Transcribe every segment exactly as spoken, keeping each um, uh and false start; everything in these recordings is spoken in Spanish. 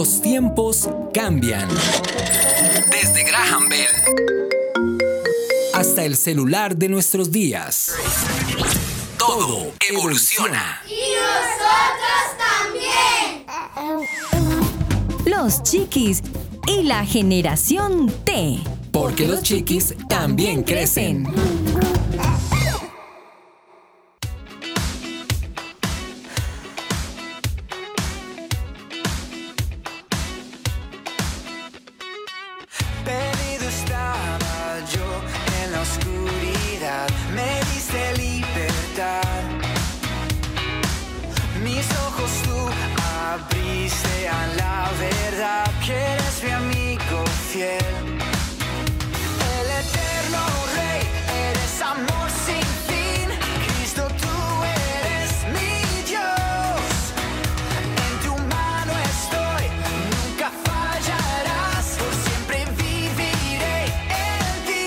Los tiempos cambian. Desde Graham Bell hasta el celular de nuestros días. Todo evoluciona. ¡Y nosotros también! Los Chiquis y la generación T. Porque los chiquis también crecen. Perdido estaba yo en la oscuridad, me diste libertad. Mis ojos tú abriste a la verdad, que eres mi amigo fiel. El eterno Rey, eres amor sin fin. Cristo, tú eres mi Dios. En tu mano estoy, nunca fallarás. Por siempre viviré en ti.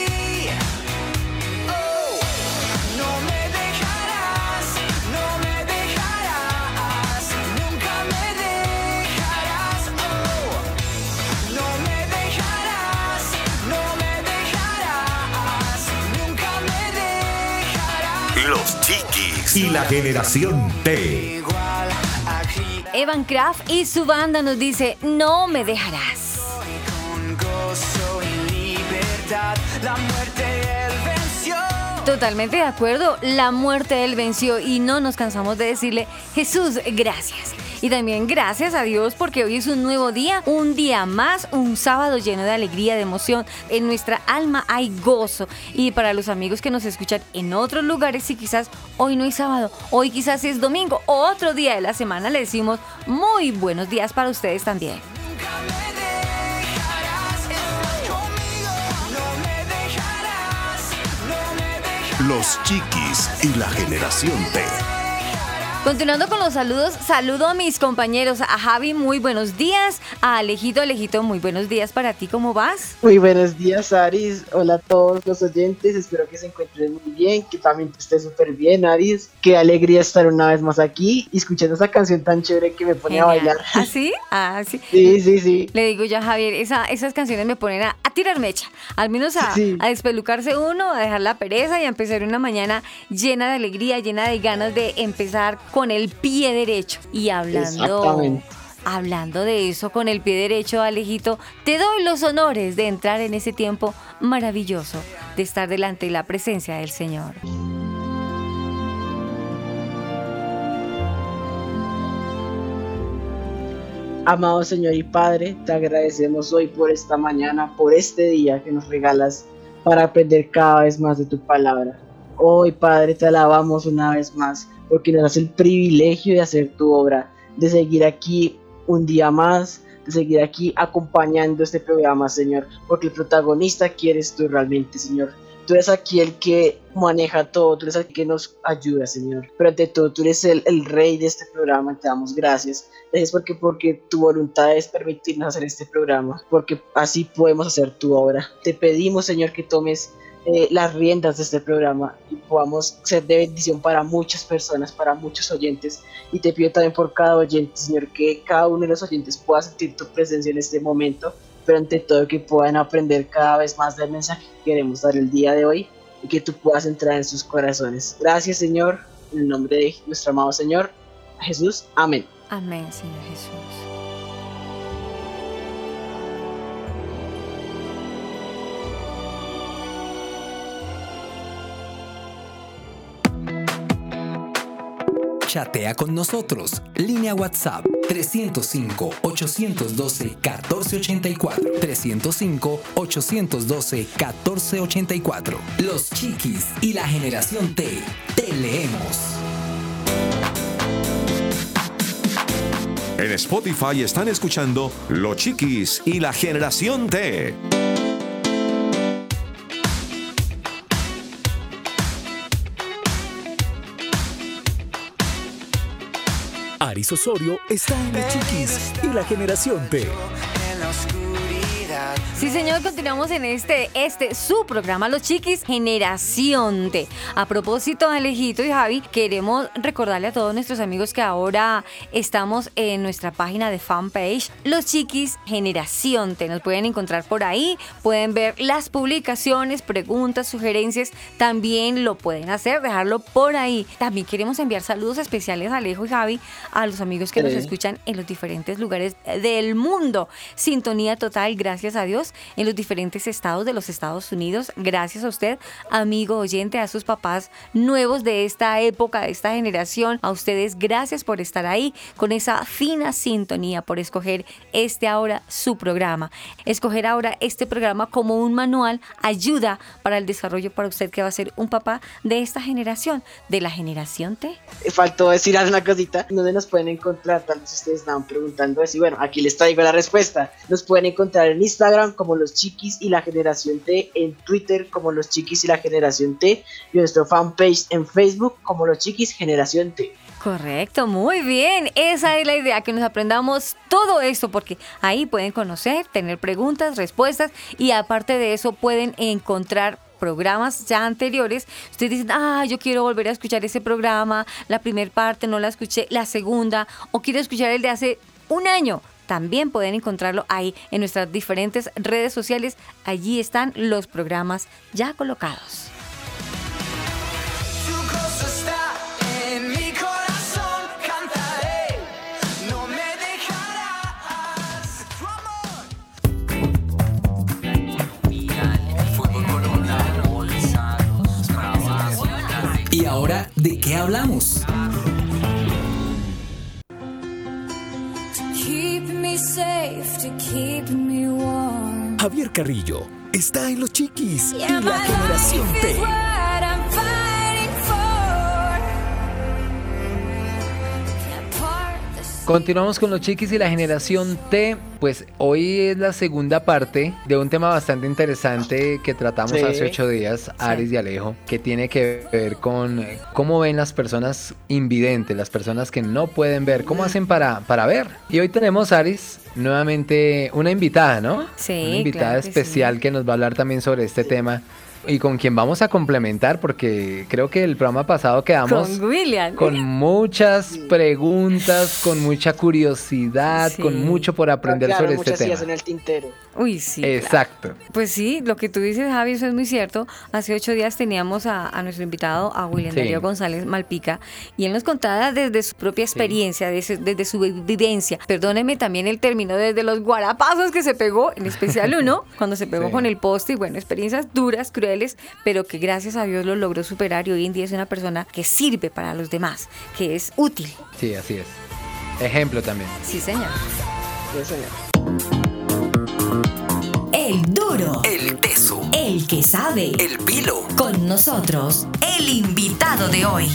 Oh, no me dejarás, no me dejarás. Nunca me dejarás. Oh, no me dejarás, no me dejarás. Nunca me dejarás. Los Chiquis y la generación T. Igual a Cristo. Evan Kraft y su banda nos dice, no me dejarás. Con gozo y libertad, la muerte él venció. Totalmente de acuerdo, la muerte él venció y no nos cansamos de decirle, Jesús, gracias. Y también gracias a Dios porque hoy es un nuevo día, un día más, un sábado lleno de alegría, de emoción. En nuestra alma hay gozo. Y para los amigos que nos escuchan en otros lugares, si quizás hoy no es sábado, hoy quizás es domingo o otro día de la semana, le decimos muy buenos días para ustedes también. Nunca me dejarás, estás conmigo. No me dejarás, no me dejarás. Los Chiquis y la generación T. Continuando con los saludos, saludo a mis compañeros, a Javi, muy buenos días, a Alejito, Alejito, muy buenos días para ti, ¿cómo vas? Muy buenos días, Aris. Hola a todos los oyentes. Espero que se encuentren muy bien, que también tú estés súper bien, Aris. Qué alegría estar una vez más aquí y escuchando esa canción tan chévere que me pone Genial. a bailar. ¿Ah, sí? Ah, sí. Sí, sí, sí. Le digo yo a Javier, esa, esas canciones me ponen a, a tirar mecha, al menos a, Sí. a despelucarse uno, a dejar la pereza y a empezar una mañana llena de alegría, llena de ganas de empezar con el pie derecho. Y hablando, Exactamente. hablando de eso, con el pie derecho, Alejito, te doy los honores de entrar en ese tiempo maravilloso de estar delante de la presencia del Señor. Amado Señor y Padre, te agradecemos hoy por esta mañana, por este día que nos regalas para aprender cada vez más de tu palabra. Hoy, Padre, te alabamos una vez más porque nos das el privilegio de hacer tu obra, de seguir aquí un día más, de seguir aquí acompañando este programa, Señor, porque el protagonista aquí eres tú realmente, Señor. Tú eres aquí el que maneja todo, tú eres el que nos ayuda, Señor. Pero ante todo, tú eres el, el rey de este programa y te damos gracias. Gracias porque, porque tu voluntad es permitirnos hacer este programa, porque así podemos hacer tu obra. Te pedimos, Señor, que tomes eh, las riendas de este programa y podamos ser de bendición para muchas personas, para muchos oyentes. Y te pido también por cada oyente, Señor, que cada uno de los oyentes pueda sentir tu presencia en este momento, pero ante todo que puedan aprender cada vez más del mensaje que queremos dar el día de hoy y que tú puedas entrar en sus corazones. Gracias, Señor, en el nombre de nuestro amado Señor Jesús. Amén. Amén, Señor Jesús. Chatea con nosotros. Línea WhatsApp trescientos cinco, ochocientos doce, catorce ochenta y cuatro. trescientos cinco, ochocientos doce, catorce ochenta y cuatro. Los Chiquis y la generación T. Te leemos. En Spotify están escuchando Los Chiquis y la generación T. Aris Osorio está en Los Chiquis y la generación T. En la oscuridad, Sí, señor, continuamos en este, este, su programa Los Chiquis Generación T. A propósito, Alejito y Javi, queremos recordarle a todos nuestros amigos que ahora estamos en nuestra página de fanpage Los Chiquis Generación T. Nos pueden encontrar por ahí, pueden ver las publicaciones, preguntas, sugerencias, también lo pueden hacer, dejarlo por ahí. También queremos enviar saludos especiales a Alejo y Javi, a los amigos que sí. nos escuchan en los diferentes lugares del mundo. Sintonía total, gracias a Dios, en los diferentes estados de los Estados Unidos. Gracias a usted, amigo oyente, a sus papás nuevos de esta época, de esta generación. A ustedes, gracias por estar ahí con esa fina sintonía, por escoger este ahora su programa. Escoger ahora este programa como un manual, ayuda para el desarrollo para usted que va a ser un papá de esta generación, de la generación T. Faltó decir una cosita, ¿dónde nos pueden encontrar? Tal vez ustedes estaban preguntando eso y bueno, aquí les traigo la respuesta. Nos pueden encontrar en Instagram como Los Chiquis y la Generación T, en Twitter como Los Chiquis y la Generación T y nuestro fanpage en Facebook como Los Chiquis Generación T. Correcto, muy bien. Esa es la idea, que nos aprendamos todo esto, porque ahí pueden conocer, tener preguntas, respuestas y aparte de eso pueden encontrar programas ya anteriores. Ustedes dicen, ah, yo quiero volver a escuchar ese programa, la primera parte no la escuché, la segunda, o quiero escuchar el de hace un año. También pueden encontrarlo ahí en nuestras diferentes redes sociales. Allí están los programas ya colocados. ¿Y ahora de qué hablamos? Javier Carrillo está en Los Chiquis y la Generación T. Continuamos con Los Chiquis y la Generación T. Pues hoy es la segunda parte de un tema bastante interesante que tratamos sí. hace ocho días, Aris sí. y Alejo, que tiene que ver con cómo ven las personas invidentes, las personas que no pueden ver, cómo hacen para, para ver. Y hoy tenemos, Aris, nuevamente una invitada, ¿no? Sí, una invitada claro que especial sí. que nos va a hablar también sobre este tema. Y con quien vamos a complementar, porque creo que el programa pasado quedamos con William, con muchas preguntas, con mucha curiosidad, sí. con mucho por aprender claro, sobre este tema. Muchas sillas en el tintero. Uy, sí. Exacto. Claro. Pues sí, lo que tú dices, Javi, eso es muy cierto. Hace ocho días teníamos a, a nuestro invitado, a William sí. Darío González Malpica, y él nos contaba desde su propia experiencia, sí. desde, desde su vivencia. Perdóneme también el término, desde los guarapazos que se pegó, en especial uno, cuando se pegó sí. con el poste, y bueno, experiencias duras, crueles, pero que gracias a Dios lo logró superar y hoy en día es una persona que sirve para los demás, que es útil. Sí, así es. Ejemplo también. Sí, señor. Sí, señor. El duro, el teso, el que sabe, el pilo. Con nosotros, el invitado de hoy.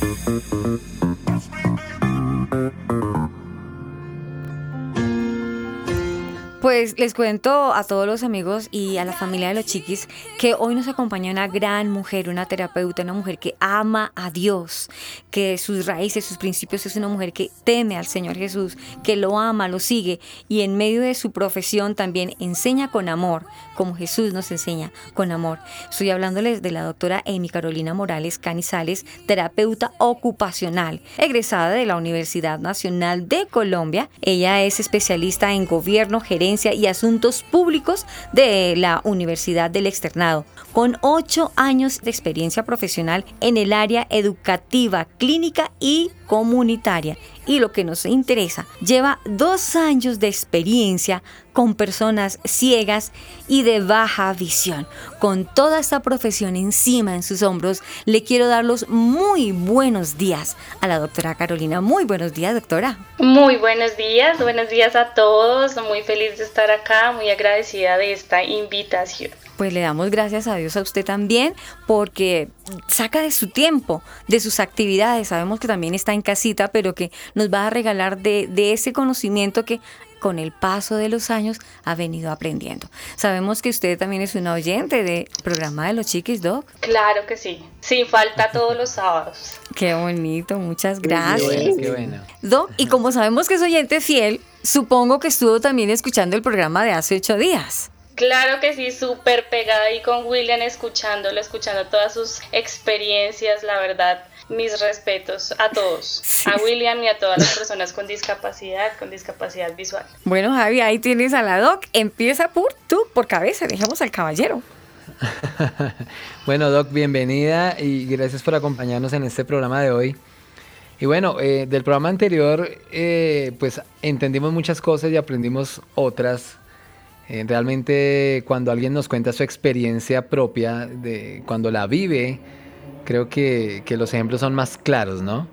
Pues les cuento a todos los amigos y a la familia de Los Chiquis que hoy nos acompaña una gran mujer, una terapeuta, una mujer que ama a Dios, que sus raíces, sus principios es una mujer que teme al Señor Jesús, que lo ama, lo sigue y en medio de su profesión también enseña con amor, como Jesús nos enseña con amor. Estoy hablándoles de la doctora Amy Carolina Morales Canizales, terapeuta ocupacional, egresada de la Universidad Nacional de Colombia. Ella es especialista en gobierno, gerencia y asuntos públicos de la Universidad del Externado, con ocho años de experiencia profesional en el área educativa, clínica y comunitaria. Y lo que nos interesa, lleva dos años de experiencia con personas ciegas y de baja visión. Con toda esta profesión encima en sus hombros, le quiero dar los muy buenos días a la doctora Carolina. Muy buenos días, doctora. Muy buenos días, buenos días a todos. Muy feliz de estar acá, muy agradecida de esta invitación. Pues le damos gracias a Dios a usted también porque saca de su tiempo, de sus actividades. Sabemos que también está en casita, pero que nos va a regalar de, de ese conocimiento que con el paso de los años ha venido aprendiendo. Sabemos que usted también es una oyente del programa de Los Chiquis, Doc. Claro que sí, sin falta todos los sábados. Qué bonito, muchas gracias. Qué bueno, qué bueno. Doc, y como sabemos que es oyente fiel, supongo que estuvo también escuchando el programa de hace ocho días. Claro que sí, súper pegada ahí con William, escuchándolo, escuchando todas sus experiencias, la verdad. Mis respetos a todos, sí. A William y a todas las personas con discapacidad, con discapacidad visual. Bueno, Javi, ahí tienes a la Doc. Empieza por tú, por cabeza, dejemos al caballero. Bueno, Doc, bienvenida y gracias por acompañarnos en este programa de hoy. Y bueno, eh, del programa anterior, eh, pues entendimos muchas cosas y aprendimos otras. Eh, realmente, cuando alguien nos cuenta su experiencia propia, de cuando la vive, creo que, que los ejemplos son más claros, ¿no?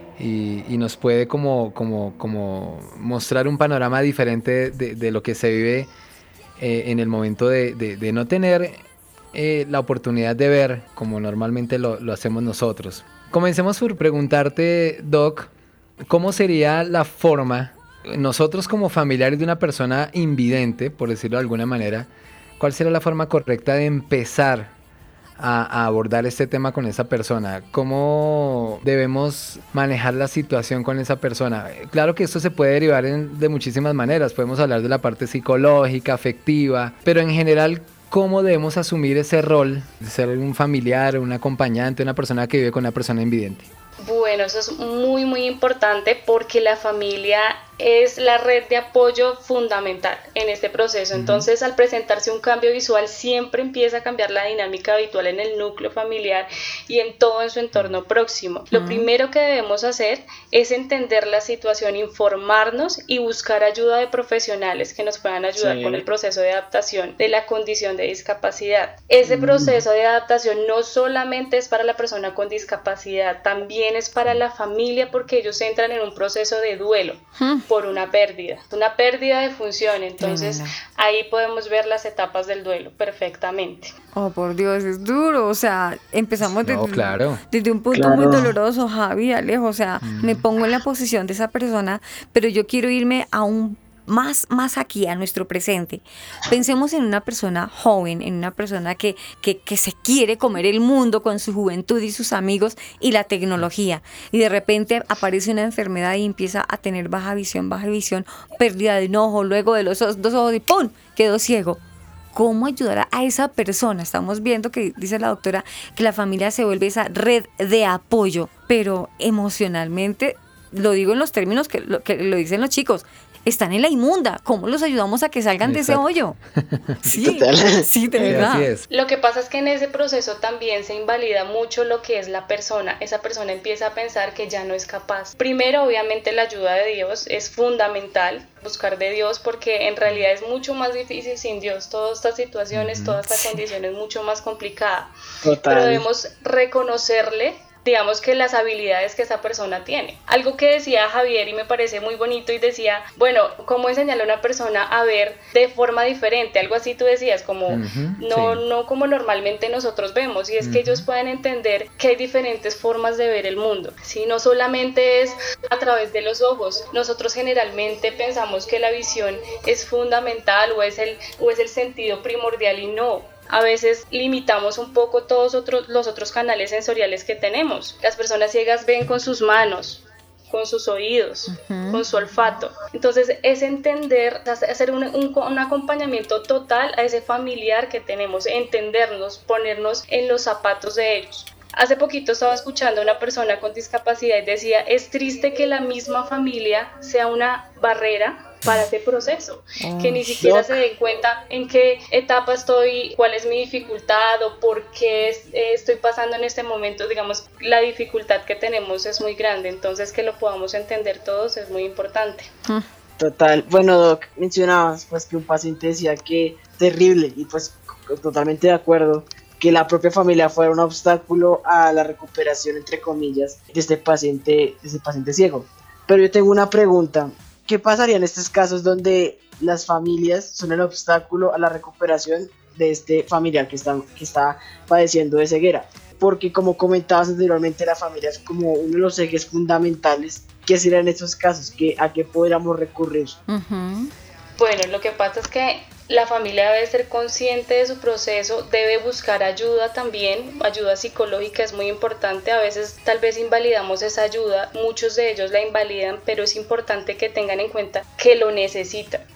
Y, y nos puede como, como, como mostrar un panorama diferente de, de lo que se vive eh, en el momento de, de, de no tener eh, la oportunidad de ver como normalmente lo, lo hacemos nosotros. Comencemos por preguntarte, Doc, ¿cómo sería la forma, nosotros como familiares de una persona invidente, por decirlo de alguna manera, cuál sería la forma correcta de empezar A, a abordar este tema con esa persona? ¿Cómo debemos manejar la situación con esa persona? Claro que esto se puede derivar en, de muchísimas maneras. Podemos hablar de la parte psicológica, afectiva, pero en general, ¿cómo debemos asumir ese rol de ser un familiar, un acompañante, una persona que vive con una persona invidente? Bueno, eso es muy muy importante porque la familia es la red de apoyo fundamental en este proceso. Entonces, al presentarse un cambio visual, siempre empieza a cambiar la dinámica habitual en el núcleo familiar y en todo en su entorno próximo. Lo primero que debemos hacer es entender la situación, informarnos y buscar ayuda de profesionales que nos puedan ayudar sí. con el proceso de adaptación de la condición de discapacidad. Ese proceso de adaptación no solamente es para la persona con discapacidad, también es para la familia, porque ellos entran en un proceso de duelo por una pérdida, una pérdida de función. Entonces Tremendo. Ahí podemos ver las etapas del duelo perfectamente. Oh, por Dios, es duro. O sea, empezamos desde, no, claro. desde un punto claro. muy doloroso, Javi, Alejo. O sea, mm. me pongo en la posición de esa persona, pero yo quiero irme a un Más, más aquí, a nuestro presente. Pensemos en una persona joven, en una persona que, que, que se quiere comer el mundo con su juventud y sus amigos y la tecnología. Y de repente aparece una enfermedad y empieza a tener baja visión, baja visión, pérdida de un ojo, luego de los dos ojos y ¡pum! Quedó ciego. ¿Cómo ayudar a esa persona? Estamos viendo que dice la doctora que la familia se vuelve esa red de apoyo, pero emocionalmente, lo digo en los términos que lo, que lo dicen los chicos, están en la inmunda. ¿Cómo los ayudamos a que salgan Exacto. de ese hoyo? Sí, sí, de verdad. Sí, así es. Lo que pasa es que en ese proceso también se invalida mucho lo que es la persona. Esa persona empieza a pensar que ya no es capaz. Primero, obviamente, la ayuda de Dios es fundamental, buscar de Dios, porque en realidad es mucho más difícil sin Dios. Todas estas situaciones, mm-hmm. toda esta sí. condición es mucho más complicada. Total. Pero debemos reconocerle, digamos, que las habilidades que esa persona tiene. Algo que decía Javier y me parece muy bonito, y decía, bueno, ¿cómo enseñarle a una persona a ver de forma diferente? Algo así tú decías, como uh-huh, no, sí. no como normalmente nosotros vemos, y es uh-huh. que ellos puedan entender que hay diferentes formas de ver el mundo, ¿sí? No solamente es a través de los ojos. Nosotros generalmente pensamos que la visión es fundamental o es el, o es el sentido primordial, y no. A veces limitamos un poco todos otros, los otros canales sensoriales que tenemos. Las personas ciegas ven con sus manos, con sus oídos, uh-huh. con su olfato. Entonces es entender, hacer un, un, un acompañamiento total a ese familiar que tenemos, entendernos, ponernos en los zapatos de ellos. Hace poquito estaba escuchando a una persona con discapacidad y decía, es triste que la misma familia sea una barrera para ese proceso, oh, que ni siquiera shock. se den cuenta en qué etapa estoy, cuál es mi dificultad o por qué es, eh, estoy pasando en este momento. Digamos, la dificultad que tenemos es muy grande, entonces que lo podamos entender todos es muy importante. Total. Bueno, Doc, mencionabas pues que un paciente decía que terrible, y pues totalmente de acuerdo, que la propia familia fuera un obstáculo a la recuperación, entre comillas, de este paciente, de este paciente ciego. Pero yo tengo una pregunta. ¿Qué pasaría en estos casos donde las familias son el obstáculo a la recuperación de este familiar que está, que está padeciendo de ceguera? Porque, como comentabas anteriormente, la familia es como uno de los ejes fundamentales. ¿Qué serían estos casos? ¿Qué, ¿A qué podríamos recurrir? Uh-huh. Bueno, lo que pasa es que la familia debe ser consciente de su proceso, debe buscar ayuda también, ayuda psicológica es muy importante. A veces tal vez invalidamos esa ayuda, muchos de ellos la invalidan, pero es importante que tengan en cuenta que lo necesitan.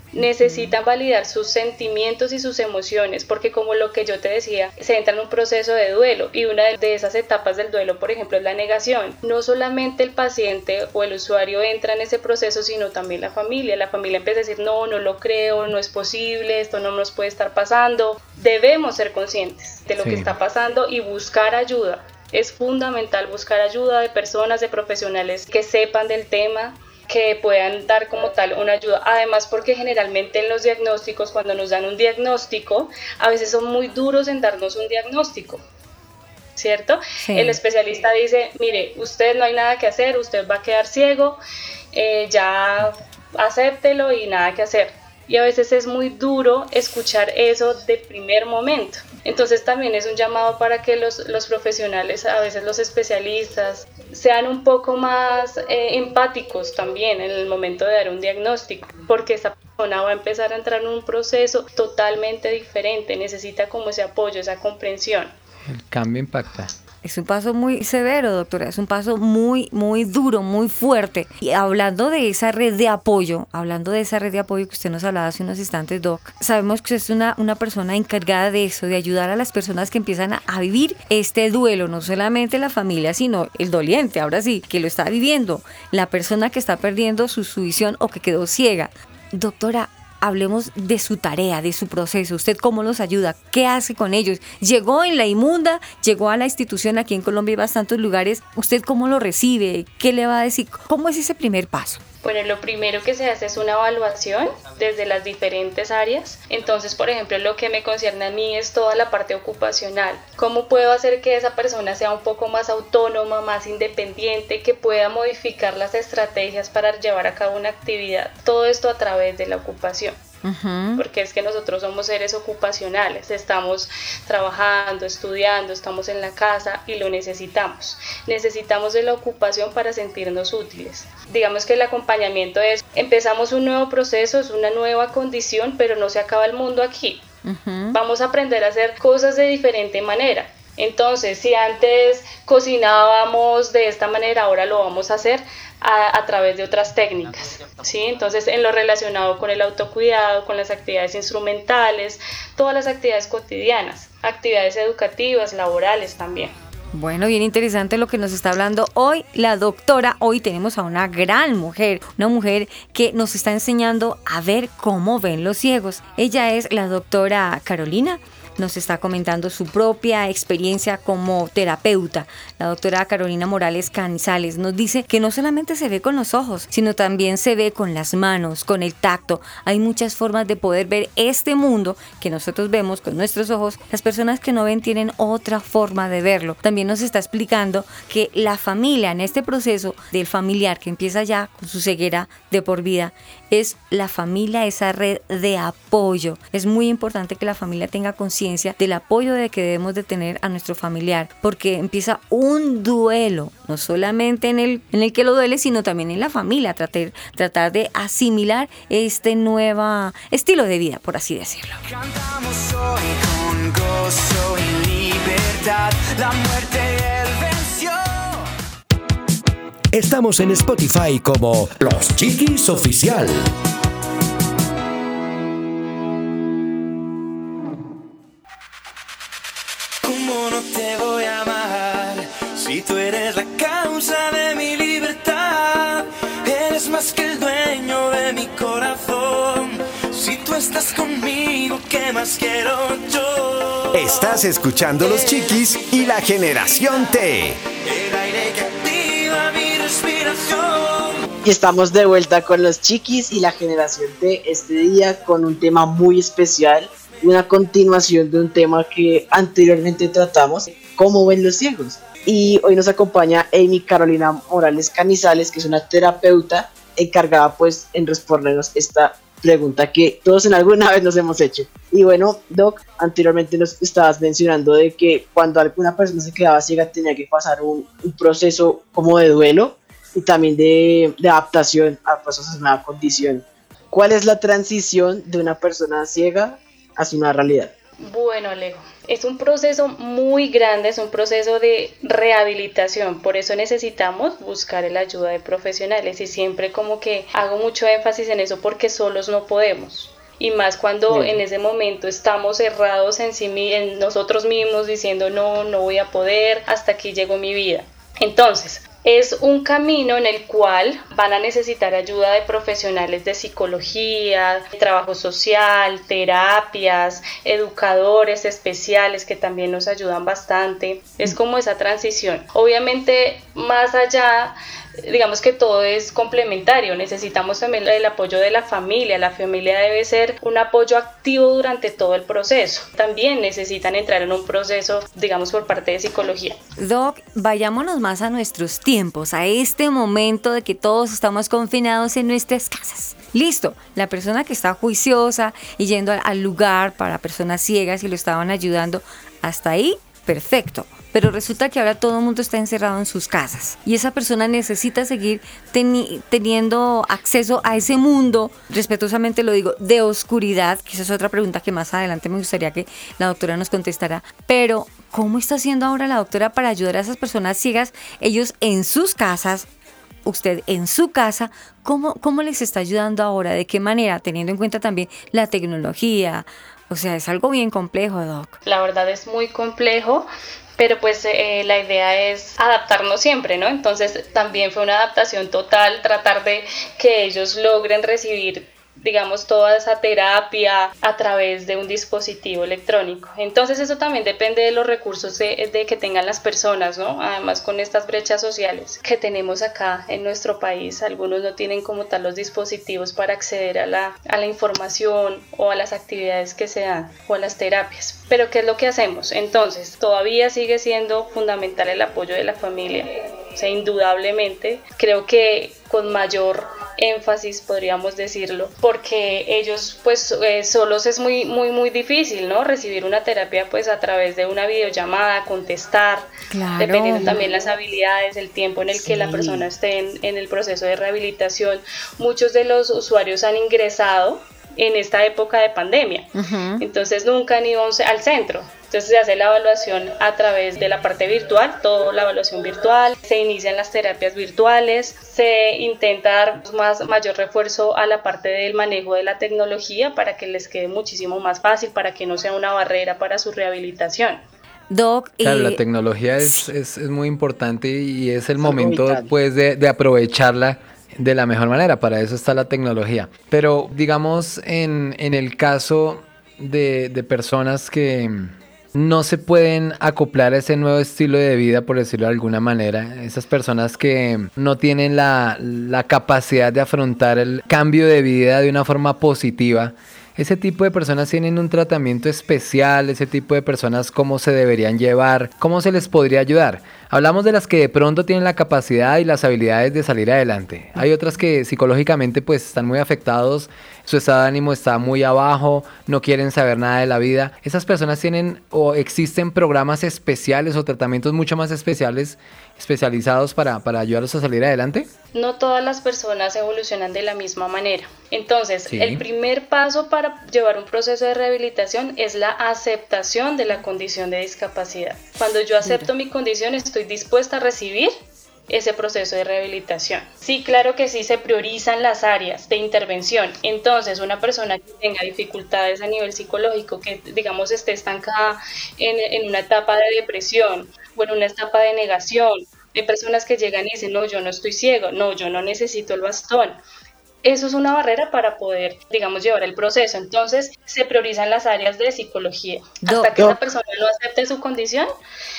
necesitan validar sus sentimientos y sus emociones, porque como lo que yo te decía, se entra en un proceso de duelo y una de esas etapas del duelo, por ejemplo, es la negación. No solamente el paciente o el usuario entra en ese proceso, sino también la familia. La familia empieza a decir, no, no lo creo, no es posible, esto no nos puede estar pasando. Debemos ser conscientes de lo sí. que está pasando y buscar ayuda. Es fundamental buscar ayuda de personas, de profesionales que sepan del tema, que puedan dar como tal una ayuda. Además, porque generalmente en los diagnósticos, cuando nos dan un diagnóstico, a veces son muy duros en darnos un diagnóstico, ¿cierto? Sí. El especialista dice, mire, usted no hay nada que hacer, usted va a quedar ciego, eh, ya acéptelo y nada que hacer. Y a veces es muy duro escuchar eso de primer momento. Entonces también es un llamado para que los, los profesionales, a veces los especialistas, sean un poco más eh, empáticos también en el momento de dar un diagnóstico, porque esa persona va a empezar a entrar en un proceso totalmente diferente, necesita como ese apoyo, esa comprensión. El cambio impacta. Es un paso muy severo, doctora, es un paso muy, muy duro, muy fuerte. Y hablando de esa red de apoyo, hablando de esa red de apoyo que usted nos hablaba hace unos instantes, Doc, sabemos que usted es una, una persona encargada de eso, de ayudar a las personas que empiezan a, a vivir este duelo, no solamente la familia, sino el doliente, ahora sí, que lo está viviendo, la persona que está perdiendo su, su visión o que quedó ciega. Doctora, hablemos de su tarea, de su proceso. ¿Usted cómo los ayuda? ¿Qué hace con ellos? ¿Llegó en la inmunda? ¿Llegó a la institución? Aquí en Colombia hay bastantes lugares. ¿Usted cómo lo recibe? ¿Qué le va a decir? ¿Cómo es ese primer paso? Bueno, lo primero que se hace es una evaluación desde las diferentes áreas. Entonces, por ejemplo, lo que me concierne a mí es toda la parte ocupacional. ¿Cómo puedo hacer que esa persona sea un poco más autónoma, más independiente, que pueda modificar las estrategias para llevar a cabo una actividad? Todo esto a través de la ocupación. Uh-huh. Porque es que nosotros somos seres ocupacionales, estamos trabajando, estudiando, estamos en la casa y lo necesitamos. Necesitamos de la ocupación para sentirnos útiles. Digamos que el acompañamiento es, empezamos un nuevo proceso, es una nueva condición, pero no se acaba el mundo aquí. Uh-huh. Vamos a aprender a hacer cosas de diferente manera. Entonces, si antes cocinábamos de esta manera, ahora lo vamos a hacer a, a través de otras técnicas, ¿sí? Entonces, en lo relacionado con el autocuidado, con las actividades instrumentales, todas las actividades cotidianas, actividades educativas, laborales también. Bueno, bien interesante lo que nos está hablando hoy la doctora. Hoy tenemos a una gran mujer, una mujer que nos está enseñando a ver cómo ven los ciegos. Ella es la doctora Carolina. Nos está comentando su propia experiencia como terapeuta. La doctora Carolina Morales Canizales nos dice que no solamente se ve con los ojos, sino también se ve con las manos, con el tacto. Hay muchas formas de poder ver este mundo que nosotros vemos con nuestros ojos. Las personas que no ven tienen otra forma de verlo. También nos está explicando que la familia en este proceso del familiar que empieza ya con su ceguera de por vida, es la familia, esa red de apoyo. Es muy importante que la familia tenga conciencia del apoyo de que debemos de tener a nuestro familiar, porque empieza un duelo, no solamente en el, en el que lo duele, sino también en la familia, tratar, tratar de asimilar este nuevo estilo de vida, por así decirlo. Cantamos hoy con gozo y libertad, la muerte él venció. Estamos en Spotify como Los Chiquis Oficial. ¿Cómo no te voy a amar si tú eres la causa de mi libertad? Eres más que el dueño de mi corazón. Si tú estás conmigo, ¿qué más quiero yo? Estás escuchando Los Chiquis y la Generación T. El aire que activa mi respiración. Y estamos de vuelta con Los Chiquis y la Generación T este día con un tema muy especial. Una continuación de un tema que anteriormente tratamos, cómo ven los ciegos. Y hoy nos acompaña Amy Carolina Morales Canizales, que es una terapeuta encargada pues en respondernos esta pregunta que todos en alguna vez nos hemos hecho. Y bueno, Doc, anteriormente nos estabas mencionando de que cuando alguna persona se quedaba ciega tenía que pasar un, un proceso como de duelo y también de, de adaptación a pues, a una condición. ¿Cuál es la transición de una persona ciega hacia una realidad? Bueno, Alejo, es un proceso muy grande, es un proceso de rehabilitación, por eso necesitamos buscar la ayuda de profesionales y siempre como que hago mucho énfasis en eso porque solos no podemos. Y más cuando sí. en ese momento estamos cerrados en, sí, en nosotros mismos diciendo no, no voy a poder, hasta aquí llegó mi vida. Entonces, es un camino en el cual van a necesitar ayuda de profesionales de psicología, de trabajo social, terapias, educadores especiales que también nos ayudan bastante. Es como esa transición. Obviamente, más allá, digamos que todo es complementario. Necesitamos también el apoyo de la familia. La familia debe ser un apoyo activo durante todo el proceso. También necesitan entrar en un proceso, digamos, por parte de psicología. Doc, vayámonos más a nuestros tiempos, a este momento de que todos estamos confinados en nuestras casas. Listo, la persona que está juiciosa y yendo al lugar para personas ciegas y lo estaban ayudando, hasta ahí, perfecto. Pero resulta que ahora todo el mundo está encerrado en sus casas y esa persona necesita seguir teni- teniendo acceso a ese mundo, respetuosamente lo digo, de oscuridad, que esa es otra pregunta que más adelante me gustaría que la doctora nos contestara. Pero, ¿cómo está haciendo ahora la doctora para ayudar a esas personas ciegas, ellos en sus casas, usted en su casa? ¿Cómo, cómo les está ayudando ahora? ¿De qué manera? Teniendo en cuenta también la tecnología. O sea, es algo bien complejo, Doc. La verdad es muy complejo. Pero pues eh, la idea es adaptarnos siempre, ¿no? Entonces también fue una adaptación total, tratar de que ellos logren recibir, digamos, toda esa terapia a través de un dispositivo electrónico. Entonces eso también depende de los recursos de, de que tengan las personas, ¿no? Además con estas brechas sociales que tenemos acá en nuestro país, algunos no tienen como tal los dispositivos para acceder a la, a la información o a las actividades que se dan o a las terapias. Pero ¿qué es lo que hacemos? Entonces todavía sigue siendo fundamental el apoyo de la familia. O sea, indudablemente, creo que con mayor énfasis podríamos decirlo, porque ellos pues eh, solos es muy muy muy difícil, ¿no? Recibir una terapia pues a través de una videollamada, contestar, claro. Dependiendo también las habilidades, el tiempo en el sí. que la persona esté en, en el proceso de rehabilitación. Muchos de los usuarios han ingresado en esta época de pandemia, uh-huh. entonces nunca han ido al centro. Entonces se hace la evaluación a través de la parte virtual, toda la evaluación virtual, se inician las terapias virtuales, se intenta dar más, mayor refuerzo a la parte del manejo de la tecnología para que les quede muchísimo más fácil, para que no sea una barrera para su rehabilitación. Doc, claro, eh, la tecnología es, es, es muy importante y es el momento pues, de, de aprovecharla de la mejor manera. Para eso está la tecnología. Pero digamos en, en el caso de, de personas que no se pueden acoplar a ese nuevo estilo de vida, por decirlo de alguna manera, esas personas que no tienen la, la capacidad de afrontar el cambio de vida de una forma positiva, ese tipo de personas tienen un tratamiento especial, ese tipo de personas cómo se deberían llevar, cómo se les podría ayudar. Hablamos de las que de pronto tienen la capacidad y las habilidades de salir adelante. Hay otras que psicológicamente pues están muy afectados, su estado de ánimo está muy abajo, no quieren saber nada de la vida. Esas personas tienen o existen programas especiales o tratamientos mucho más especiales, especializados para, para ayudarlos a salir adelante. No todas las personas evolucionan de la misma manera. Entonces, sí. el primer paso para llevar un proceso de rehabilitación es la aceptación de la condición de discapacidad. Cuando yo acepto Mira. mi condición, estoy dispuesta a recibir ese proceso de rehabilitación. Sí, claro que sí, se priorizan las áreas de intervención. Entonces, una persona que tenga dificultades a nivel psicológico, que digamos esté estancada en, en una etapa de depresión o en una etapa de negación, hay personas que llegan y dicen, no, yo no estoy ciego, no, yo no necesito el bastón. Eso es una barrera para poder, digamos, llevar el proceso. Entonces, se priorizan las áreas de psicología. Hasta que esa persona no acepte su condición,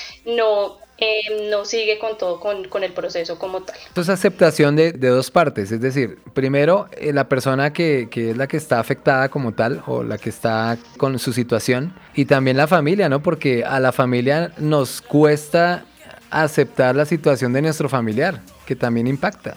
no... Eh, no sigue con todo, con, con el proceso como tal. Esto es aceptación de, de dos partes, es decir, primero eh, la persona que, que es la que está afectada como tal o la que está con su situación y también la familia, ¿no? Porque a la familia nos cuesta aceptar la situación de nuestro familiar, que también impacta.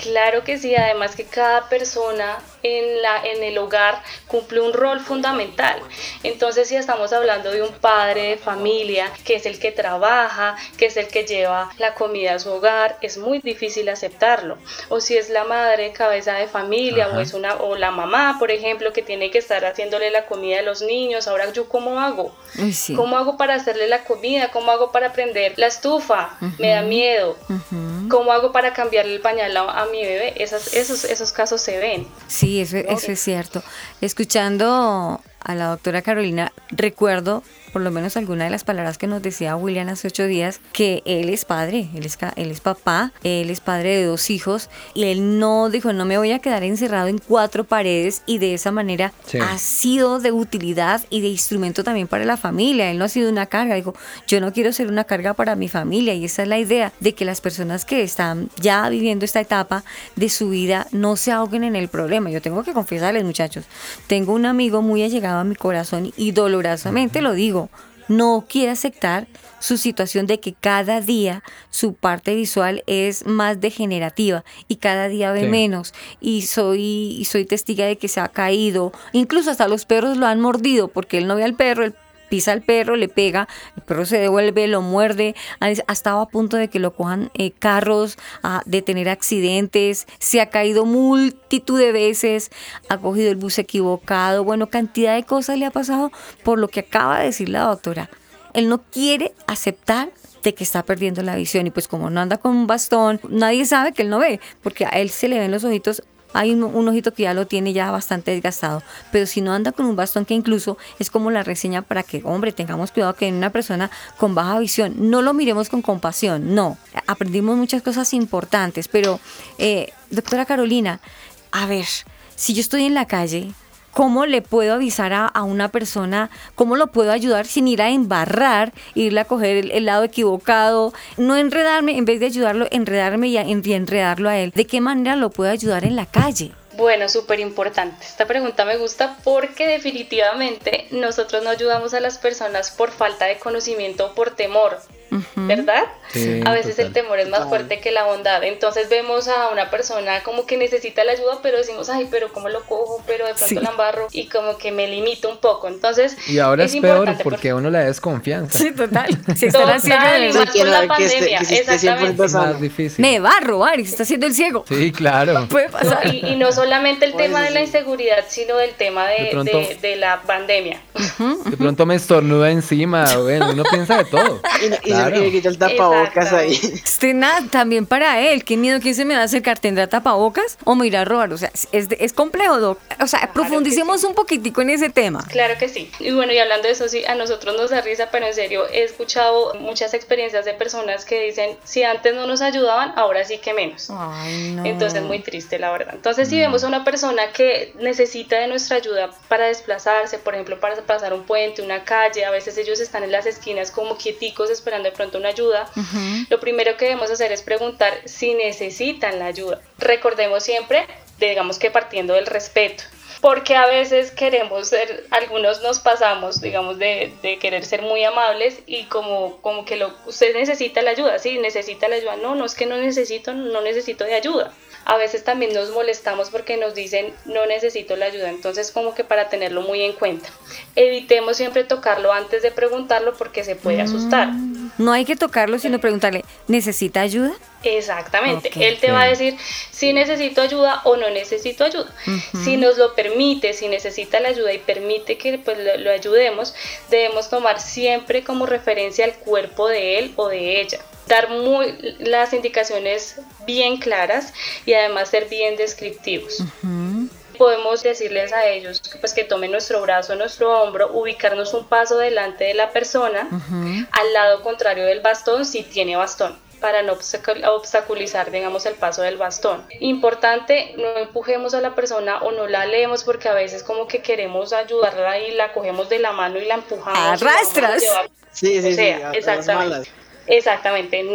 Claro que sí, además que cada persona en, la, en el hogar cumple un rol fundamental. Entonces, si estamos hablando de un padre de familia que es el que trabaja, que es el que lleva la comida a su hogar, es muy difícil aceptarlo. O si es la madre cabeza de familia, o es una o la mamá, por ejemplo, que tiene que estar haciéndole la comida a los niños. Ahora, ¿yo cómo hago? Uy, sí. ¿Cómo hago para hacerle la comida? ¿Cómo hago para prender la estufa? Uh-huh. Me da miedo. Uh-huh. ¿Cómo hago para cambiarle el pañal a, a mi bebé? Esos, esos, esos casos se ven. Sí, eso, ¿no? Eso es cierto. Escuchando a la doctora Carolina, recuerdo por lo menos alguna de las palabras que nos decía William hace ocho días, que él es padre, él es, él es papá, él es padre de dos hijos, y él no dijo, no me voy a quedar encerrado en cuatro paredes, y de esa manera sí. ha sido de utilidad y de instrumento también para la familia. Él no ha sido una carga, dijo, yo no quiero ser una carga para mi familia, y esa es la idea, de que las personas que están ya viviendo esta etapa de su vida no se ahoguen en el problema. Yo tengo que confesarles, muchachos, tengo un amigo muy allegado a mi corazón y dolorosamente uh-huh. lo digo, no quiere aceptar su situación de que cada día su parte visual es más degenerativa y cada día ve sí. menos, y soy, y soy testiga de que se ha caído, incluso hasta los perros lo han mordido, porque él no ve al perro, él pisa al perro, le pega, el perro se devuelve, lo muerde, ha estado a punto de que lo cojan eh, carros, a, de tener accidentes, se ha caído multitud de veces, ha cogido el bus equivocado, bueno, cantidad de cosas le ha pasado por lo que acaba de decir la doctora. Él no quiere aceptar de que está perdiendo la visión, y pues como no anda con un bastón, nadie sabe que él no ve, porque a él se le ven los ojitos. Hay un, un ojito que ya lo tiene ya bastante desgastado, pero si no anda con un bastón, que incluso es como la reseña para que, hombre, tengamos cuidado que en una persona con baja visión no lo miremos con compasión, no, aprendimos muchas cosas importantes, pero eh, doctora Carolina, a ver, si yo estoy en la calle, ¿cómo le puedo avisar a, a una persona? ¿Cómo lo puedo ayudar sin ir a embarrar, irle a coger el, el lado equivocado? No enredarme, en vez de ayudarlo, enredarme y, a, y enredarlo a él. ¿De qué manera lo puedo ayudar en la calle? Bueno, súper importante. Esta pregunta me gusta porque definitivamente nosotros no ayudamos a las personas por falta de conocimiento o por temor. Uh-huh. ¿Verdad? Sí, a veces total. El temor es más fuerte que la bondad. Entonces vemos a una persona como que necesita la ayuda, pero decimos, ay, pero ¿cómo lo cojo? Pero de pronto sí. la embarro, y como que me limito un poco. Entonces, y ahora es, es peor porque, porque uno le da desconfianza. Sí, total. Si está total, haciendo igual con la pandemia. Que esté, que exactamente. Es más difícil. Me va a robar y se está haciendo el ciego. Sí, claro. Puede pasar. No, y, y no solamente el tema de la inseguridad, sino del tema de, de, pronto, de, de la pandemia. Uh-huh. De pronto me estornuda encima. Bueno, uno piensa de todo. Y, y claro. se me quita el tapabocas ahí. Este, nada, también para él, qué miedo, ¿quién se me va a acercar? ¿Tendrá tapabocas o me irá a robar? O sea, es, es complejo, Doc. O sea, claro, profundicemos sí. un poquitico en ese tema. Claro que sí. Y bueno, y hablando de eso, sí, a nosotros nos da risa, pero en serio, he escuchado muchas experiencias de personas que dicen, si antes no nos ayudaban, ahora sí que menos. Ay, no. Entonces, muy triste, la verdad. Entonces, si vemos a una persona que necesita de nuestra ayuda para desplazarse, por ejemplo, para pasar un puente, una calle, a veces ellos están en las esquinas como quieticos esperando de pronto una ayuda, uh-huh. lo primero que debemos hacer es preguntar si necesitan la ayuda. Recordemos siempre, digamos que partiendo del respeto, porque a veces queremos ser, algunos nos pasamos, digamos, de, de querer ser muy amables y como, como que lo, usted necesita la ayuda, sí, necesita la ayuda, no, no es que no necesito, no necesito de ayuda. A veces también nos molestamos porque nos dicen no necesito la ayuda, entonces como que para tenerlo muy en cuenta. Evitemos siempre tocarlo antes de preguntarlo porque se puede asustar. No hay que tocarlo sino preguntarle, ¿necesita ayuda? Exactamente, okay, él te okay. va a decir si necesito ayuda o no necesito ayuda. Uh-huh. Si nos lo permite, si necesita la ayuda y permite que pues, lo, lo ayudemos, debemos tomar siempre como referencia el cuerpo de él o de ella. Dar muy, las indicaciones bien claras y además ser bien descriptivos. Uh-huh. Podemos decirles a ellos pues, que tomen nuestro brazo, nuestro hombro, ubicarnos un paso delante de la persona, uh-huh. al lado contrario del bastón si tiene bastón, para no obstaculizar, digamos, el paso del bastón. Importante, no empujemos a la persona o no la leemos porque a veces como que queremos ayudarla y la cogemos de la mano y la empujamos. ¡Arrastras! Sí, sí, o sea, sí, exactamente. Exactamente, no.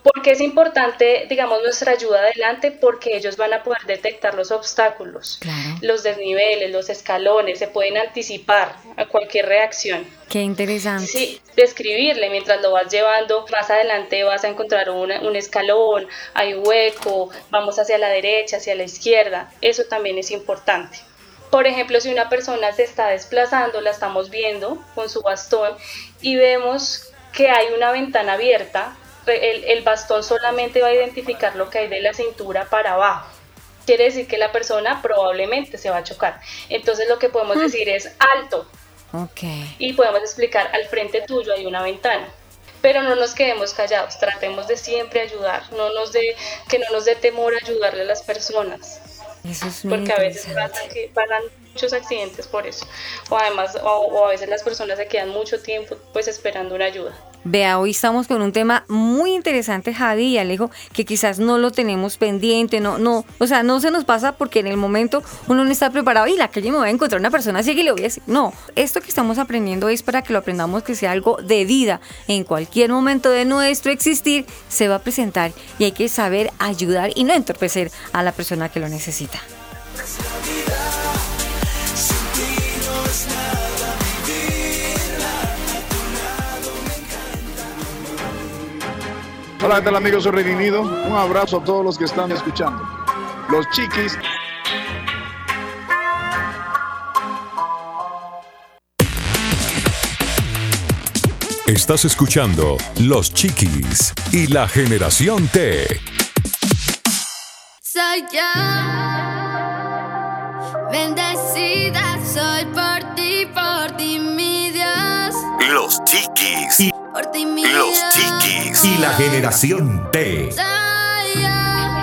Porque es importante, digamos, nuestra ayuda adelante porque ellos van a poder detectar los obstáculos, Claro. los desniveles, los escalones, se pueden anticipar a cualquier reacción. Qué interesante. Sí, describirle mientras lo vas llevando, más adelante vas a encontrar una- un escalón, hay hueco, vamos hacia la derecha, hacia la izquierda, eso también es importante. Por ejemplo, si una persona se está desplazando, la estamos viendo con su bastón y vemos que hay una ventana abierta, el, el bastón solamente va a identificar lo que hay de la cintura para abajo. Quiere decir que la persona probablemente se va a chocar. Entonces lo que podemos decir es alto. Ok. Y podemos explicar, al frente tuyo hay una ventana. Pero no nos quedemos callados, tratemos de siempre ayudar, no nos de, que no nos dé temor ayudarle a las personas. Eso es muy Porque a veces interesante. pasa que pasan muchos accidentes por eso. O además, o, o a veces las personas se quedan mucho tiempo pues esperando una ayuda. Vea, hoy estamos con un tema muy interesante, Javi y Alejo, que quizás no lo tenemos pendiente, no, no, o sea, no se nos pasa porque en el momento uno no está preparado y la calle me voy a encontrar una persona así que le voy a decir, no, esto que estamos aprendiendo es para que lo aprendamos que sea algo de vida, en cualquier momento de nuestro existir se va a presentar y hay que saber ayudar y no entorpecer a la persona que lo necesita. Hola, ¿qué tal amigos? Soy Redimido. Un abrazo a todos los que están escuchando. Los Chiquis. Estás escuchando Los Chiquis y la Generación T. Soy yo, bendecida soy por ti, por ti, mi Dios. Los Chiquis y Por ti, mi los Dios. Chiquis y la Generación T. Soy yo,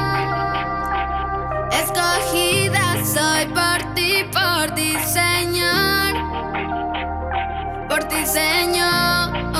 escogida soy por ti, por ti, Señor. Por ti, Señor.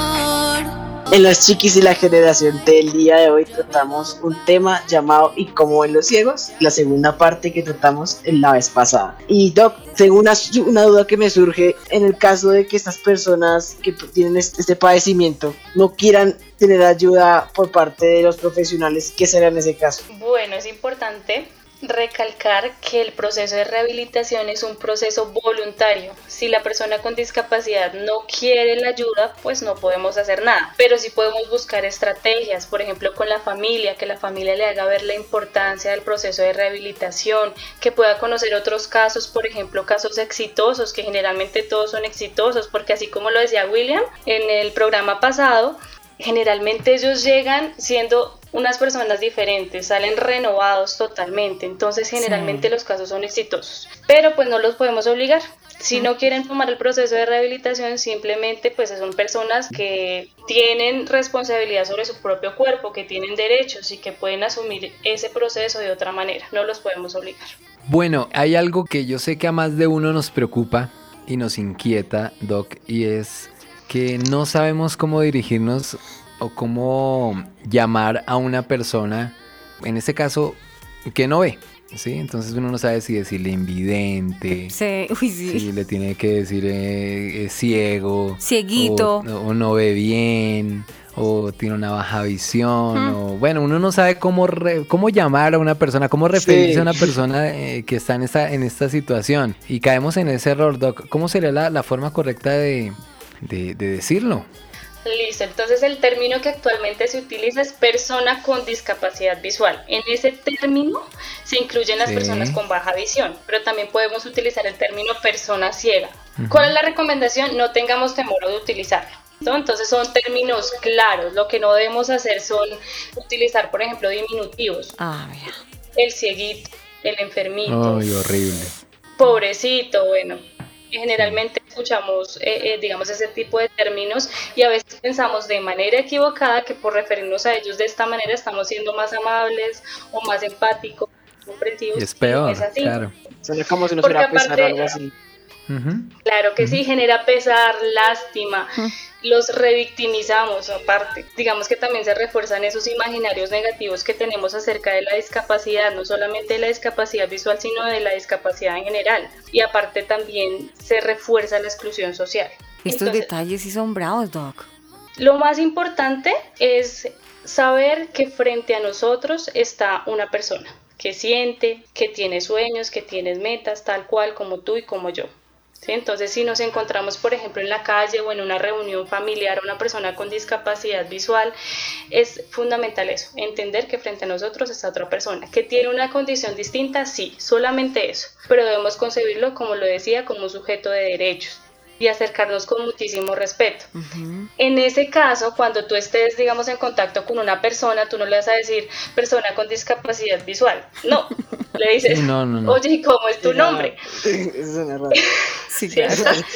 En Los Chiquis y la Generación T, el día de hoy tratamos un tema llamado ¿Y cómo ven los ciegos? La segunda parte que tratamos en la vez pasada. Y Doc, tengo una, una duda que me surge en el caso de que estas personas que tienen este, este padecimiento no quieran tener ayuda por parte de los profesionales. ¿Qué será en ese caso? Bueno, es importante recalcar que el proceso de rehabilitación es un proceso voluntario. Si la persona con discapacidad no quiere la ayuda, pues no podemos hacer nada. Pero sí podemos buscar estrategias, por ejemplo con la familia, que la familia le haga ver la importancia del proceso de rehabilitación, que pueda conocer otros casos, por ejemplo casos exitosos, que generalmente todos son exitosos, porque así como lo decía William en el programa pasado, generalmente ellos llegan siendo unas personas diferentes, salen renovados totalmente, entonces generalmente sí. Los casos son exitosos, pero pues no los podemos obligar. Si no quieren tomar el proceso de rehabilitación, simplemente pues son personas que tienen responsabilidad sobre su propio cuerpo, que tienen derechos y que pueden asumir ese proceso de otra manera, no los podemos obligar. Bueno, hay algo que yo sé que a más de uno nos preocupa y nos inquieta, Doc, y es que no sabemos cómo dirigirnos o cómo llamar a una persona, en este caso, que no ve, ¿sí? Entonces uno no sabe si decirle invidente, sí, uy, sí. si le tiene que decir eh, eh, ciego, cieguito, o, o no ve bien, o tiene una baja visión, mm. o bueno, uno no sabe cómo, re, cómo llamar a una persona, cómo referirse sí. a una persona eh, que está en esta, en esta situación, y caemos en ese error, Doc. ¿Cómo sería la, la forma correcta de, de, de decirlo? Listo, entonces el término que actualmente se utiliza es persona con discapacidad visual. En ese término se incluyen las sí. personas con baja visión, pero también podemos utilizar el término persona ciega. Uh-huh. ¿Cuál es la recomendación? No tengamos temor de utilizarlo, ¿no? Entonces son términos claros. Lo que no debemos hacer son utilizar, por ejemplo, diminutivos. Ah, mira. El cieguito, el enfermito. Ay, horrible. Pobrecito, bueno. Generalmente escuchamos, eh, eh, digamos, ese tipo de términos y a veces pensamos de manera equivocada que por referirnos a ellos de esta manera estamos siendo más amables o más empáticos, comprensivos. Y es peor, no es así. Claro. Suena como si nos fuera a pesar o algo así. Uh-huh. Claro que uh-huh. sí, genera pesar, lástima, uh-huh. los revictimizamos aparte. Digamos que también se refuerzan esos imaginarios negativos que tenemos acerca de la discapacidad, no solamente de la discapacidad visual, sino de la discapacidad en general. Y aparte también se refuerza la exclusión social. Estos Entonces, detalles sí son bravos, Doc. Lo más importante es saber que frente a nosotros está una persona que siente, que tiene sueños, que tiene metas, tal cual como tú y como yo. ¿Sí? Entonces, si nos encontramos, por ejemplo, en la calle o en una reunión familiar, una persona con discapacidad visual, es fundamental eso, entender que frente a nosotros está otra persona, que tiene una condición distinta, sí, solamente eso, pero debemos concebirlo, como lo decía, como un sujeto de derechos y acercarnos con muchísimo respeto. Uh-huh. En ese caso, cuando tú estés, digamos, en contacto con una persona, tú no le vas a decir persona con discapacidad visual, no, le dices, sí, no, no, no. Oye, ¿y cómo es tu sí, nombre? Eso es raro. Sí, claro.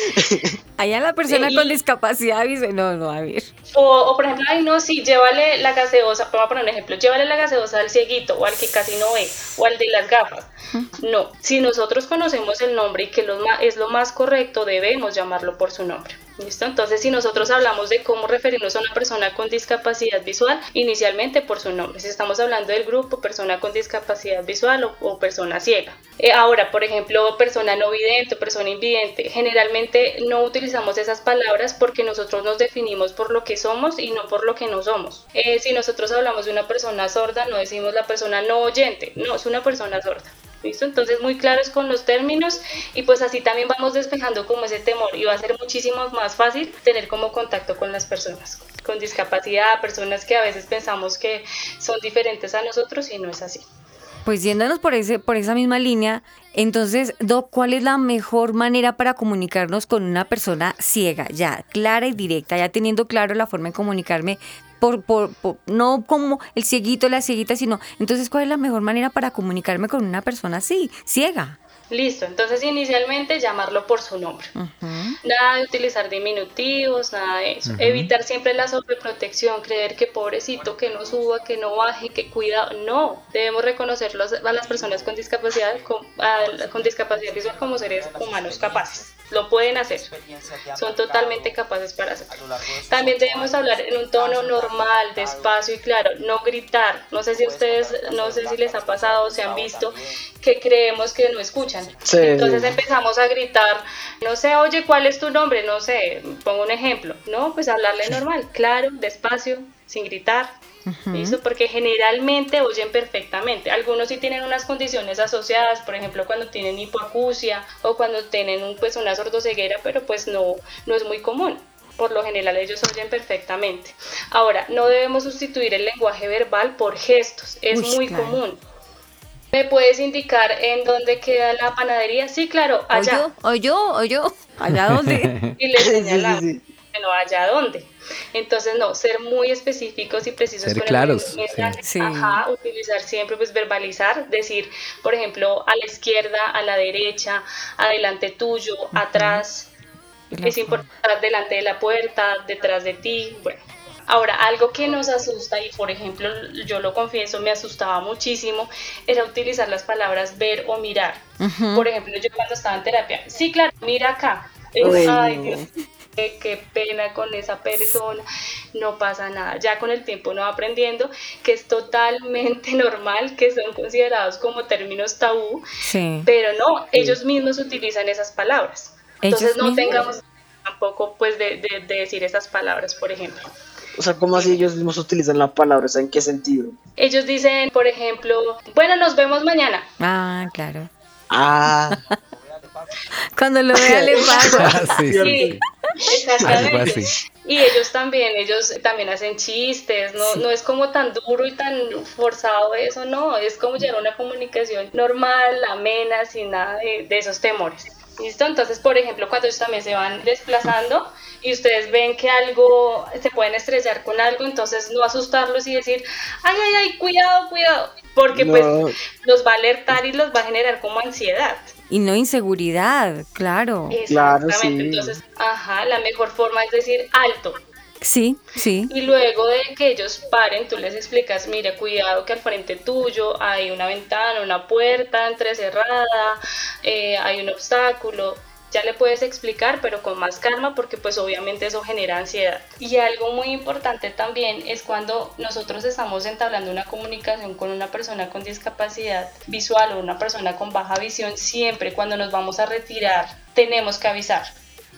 Allá la persona y, con discapacidad visual, no, no, a ver. O, o por ejemplo, ay no, sí, llévale la gaseosa, vamos a poner un ejemplo, llévale la gaseosa al cieguito, o al que casi no ve, o al de las gafas. No, si nosotros conocemos el nombre y que lo, es lo más correcto, debemos llamarlo por su nombre. ¿Listo? Entonces, si nosotros hablamos de cómo referirnos a una persona con discapacidad visual, inicialmente por su nombre. Si estamos hablando del grupo, persona con discapacidad visual o, o persona ciega. Eh, ahora, por ejemplo, persona no vidente o persona invidente. Generalmente no utilizamos esas palabras porque nosotros nos definimos por lo que somos y no por lo que no somos. Eh, si nosotros hablamos de una persona sorda, no decimos la persona no oyente, no, es una persona sorda. ¿Listo? Entonces muy claros con los términos y pues así también vamos despejando como ese temor y va a ser muchísimo más fácil tener como contacto con las personas con discapacidad, personas que a veces pensamos que son diferentes a nosotros y no es así. Pues yéndonos por ese, por esa misma línea, entonces, Doc, ¿cuál es la mejor manera para comunicarnos con una persona ciega? Ya, clara y directa, ya teniendo claro la forma de comunicarme, por, por, por, no como el cieguito, la cieguita, sino, entonces, ¿cuál es la mejor manera para comunicarme con una persona así, ciega? Listo, entonces inicialmente llamarlo por su nombre. Uh-huh. Nada de utilizar diminutivos, nada de eso. Uh-huh. Evitar siempre la sobreprotección, creer que pobrecito, que no suba, que no baje, que cuidado. No, debemos reconocer a las personas con discapacidad, con, a, con discapacidad visual como seres humanos capaces. Lo pueden hacer, son totalmente capaces para hacerlo. También debemos hablar en un tono normal, despacio y claro, no gritar. No sé si ustedes, no sé si les ha pasado o se han visto que creemos que no escuchan. Sí, entonces sí. Empezamos a gritar, no sé, oye, ¿cuál es tu nombre? No sé, pongo un ejemplo. No, pues hablarle normal, claro, despacio, sin gritar. Uh-huh. ¿Listo? Porque generalmente oyen perfectamente. Algunos sí tienen unas condiciones asociadas, por ejemplo cuando tienen hipoacusia o cuando tienen un, pues una sordoceguera, pero pues no, no es muy común. Por lo general ellos oyen perfectamente. Ahora, no debemos sustituir el lenguaje verbal por gestos, es Uy, muy claro. común. ¿Me puedes indicar en dónde queda la panadería? Sí, claro, allá. ¿O yo? ¿O yo? ¿O yo? ¿Allá dónde? Y le señalamos, sí, sí, sí. Bueno, ¿allá dónde? Entonces, no, ser muy específicos y precisos ser con claros, el mensaje. Sí. Ajá, utilizar siempre, pues, verbalizar, decir, por ejemplo, a la izquierda, a la derecha, adelante tuyo, uh-huh. atrás, es importante, delante de la puerta, detrás de ti, bueno. Ahora, algo que nos asusta, y por ejemplo, yo lo confieso, me asustaba muchísimo, era utilizar las palabras ver o mirar. Uh-huh. Por ejemplo, yo cuando estaba en terapia, sí, claro, mira acá. Uy, ay, Dios, qué, qué pena con esa persona, no pasa nada. Ya con el tiempo uno va aprendiendo que es totalmente normal, que son considerados como términos tabú, sí. pero no, ellos sí. mismos utilizan esas palabras. Entonces no mismos? tengamos tampoco pues de, de, de decir esas palabras, por ejemplo. O sea, ¿cómo así ellos mismos utilizan la palabra? O sea, ¿en qué sentido? Ellos dicen, por ejemplo, bueno, nos vemos mañana. Ah, claro. Ah. Cuando lo vea le pasa. sí, sí, exactamente. Y ellos también, ellos también hacen chistes, no, sí. no es como tan duro y tan forzado eso, no, es como llevar una comunicación normal, amena, sin nada de, de esos temores. ¿Listo? Entonces, por ejemplo, cuando ellos también se van desplazando y ustedes ven que algo, se pueden estrellar con algo, entonces no asustarlos y decir, ay, ay, ay, cuidado, cuidado, porque no. pues los va a alertar y los va a generar como ansiedad. Y no inseguridad, claro. Exactamente, claro, sí. Entonces, ajá, la mejor forma es decir alto. Sí, sí. Y luego de que ellos paren, tú les explicas, mira, cuidado que al frente tuyo hay una ventana, una puerta entrecerrada, eh, hay un obstáculo. Ya le puedes explicar, pero con más calma, porque pues obviamente eso genera ansiedad. Y algo muy importante también es cuando nosotros estamos entablando una comunicación con una persona con discapacidad visual o una persona con baja visión, siempre cuando nos vamos a retirar tenemos que avisar.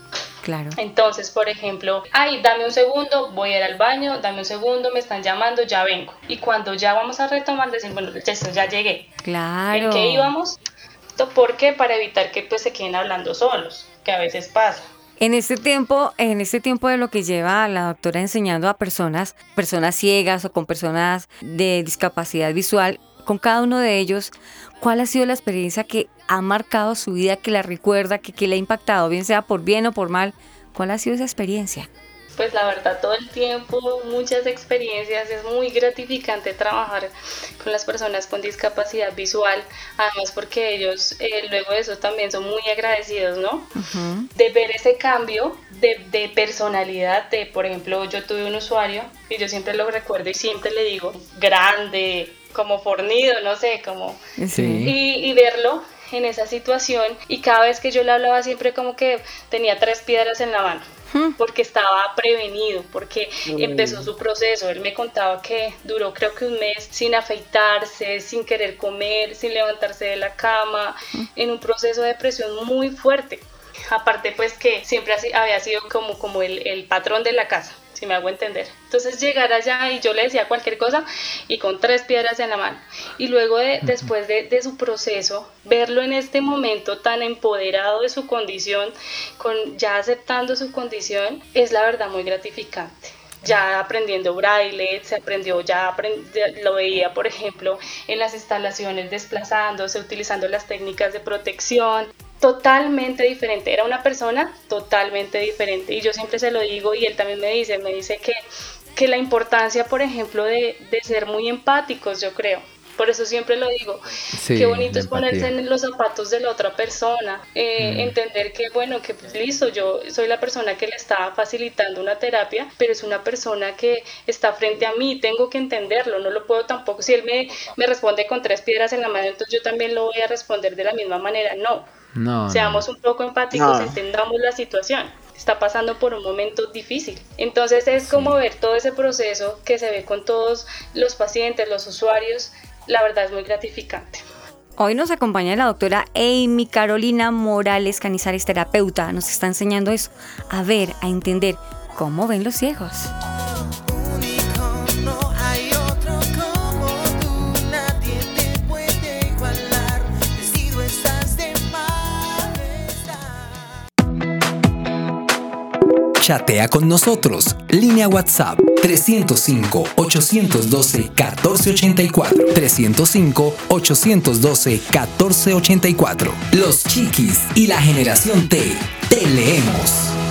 Claro. Entonces, por ejemplo, ay, dame un segundo, voy a ir al baño, dame un segundo, me están llamando, ya vengo. Y cuando ya vamos a retomar, decir, bueno, ya, ya llegué. Claro. ¿En qué íbamos? ¿Por qué? Para evitar que pues se queden hablando solos, que a veces pasa. En este tiempo, en este tiempo de lo que lleva la doctora enseñando a personas, personas ciegas o con personas de discapacidad visual, con cada uno de ellos, ¿cuál ha sido la experiencia que ha marcado su vida, que la recuerda, que, que le ha impactado, bien sea por bien o por mal? ¿Cuál ha sido esa experiencia? Pues la verdad, todo el tiempo, muchas experiencias, es muy gratificante trabajar con las personas con discapacidad visual, además porque ellos eh, luego de eso también son muy agradecidos, ¿no? Uh-huh. De ver ese cambio de, de personalidad, de por ejemplo, yo tuve un usuario y yo siempre lo recuerdo y siempre le digo, grande, como fornido, no sé, como... Sí. Y, y verlo en esa situación, y cada vez que yo le hablaba siempre como que tenía tres piedras en la mano. Porque estaba prevenido, porque empezó su proceso. Él me contaba que duró creo que un mes sin afeitarse, sin querer comer, sin levantarse de la cama, en un proceso de depresión muy fuerte. Aparte pues que siempre había sido como, como el, el patrón de la casa, si me hago entender. Entonces llegar allá y yo le decía cualquier cosa y con tres piedras en la mano. Y luego de, después de, de su proceso, verlo en este momento tan empoderado de su condición, con ya aceptando su condición, es la verdad muy gratificante. Ya aprendiendo braille, se aprendió, ya aprend- lo veía, por ejemplo, en las instalaciones desplazándose, utilizando las técnicas de protección. Totalmente diferente, era una persona totalmente diferente, y yo siempre se lo digo, y él también me dice, me dice que, que la importancia, por ejemplo, de, de ser muy empáticos, yo creo. Por eso siempre lo digo, sí, qué bonito es ponerse en los zapatos de la otra persona, eh, mm. entender que bueno, que pues, listo, yo soy la persona que le está facilitando una terapia, pero es una persona que está frente a mí, tengo que entenderlo, no lo puedo tampoco, si él me, me responde con tres piedras en la mano, entonces yo también lo voy a responder de la misma manera, no, no seamos no. un poco empáticos, no. entendamos la situación. Está pasando por un momento difícil. Entonces es como ver todo ese proceso que se ve con todos los pacientes, los usuarios. La verdad es muy gratificante. Hoy nos acompaña la doctora Amy Carolina Morales Canizares, terapeuta. Nos está enseñando eso, a ver, a entender cómo ven los ciegos. Chatea con nosotros. Línea WhatsApp trescientos cinco, ochocientos doce, catorce ochenta y cuatro. trescientos cinco, ochocientos doce, catorce ochenta y cuatro. Los Chiquis y la Generación T. Te leemos.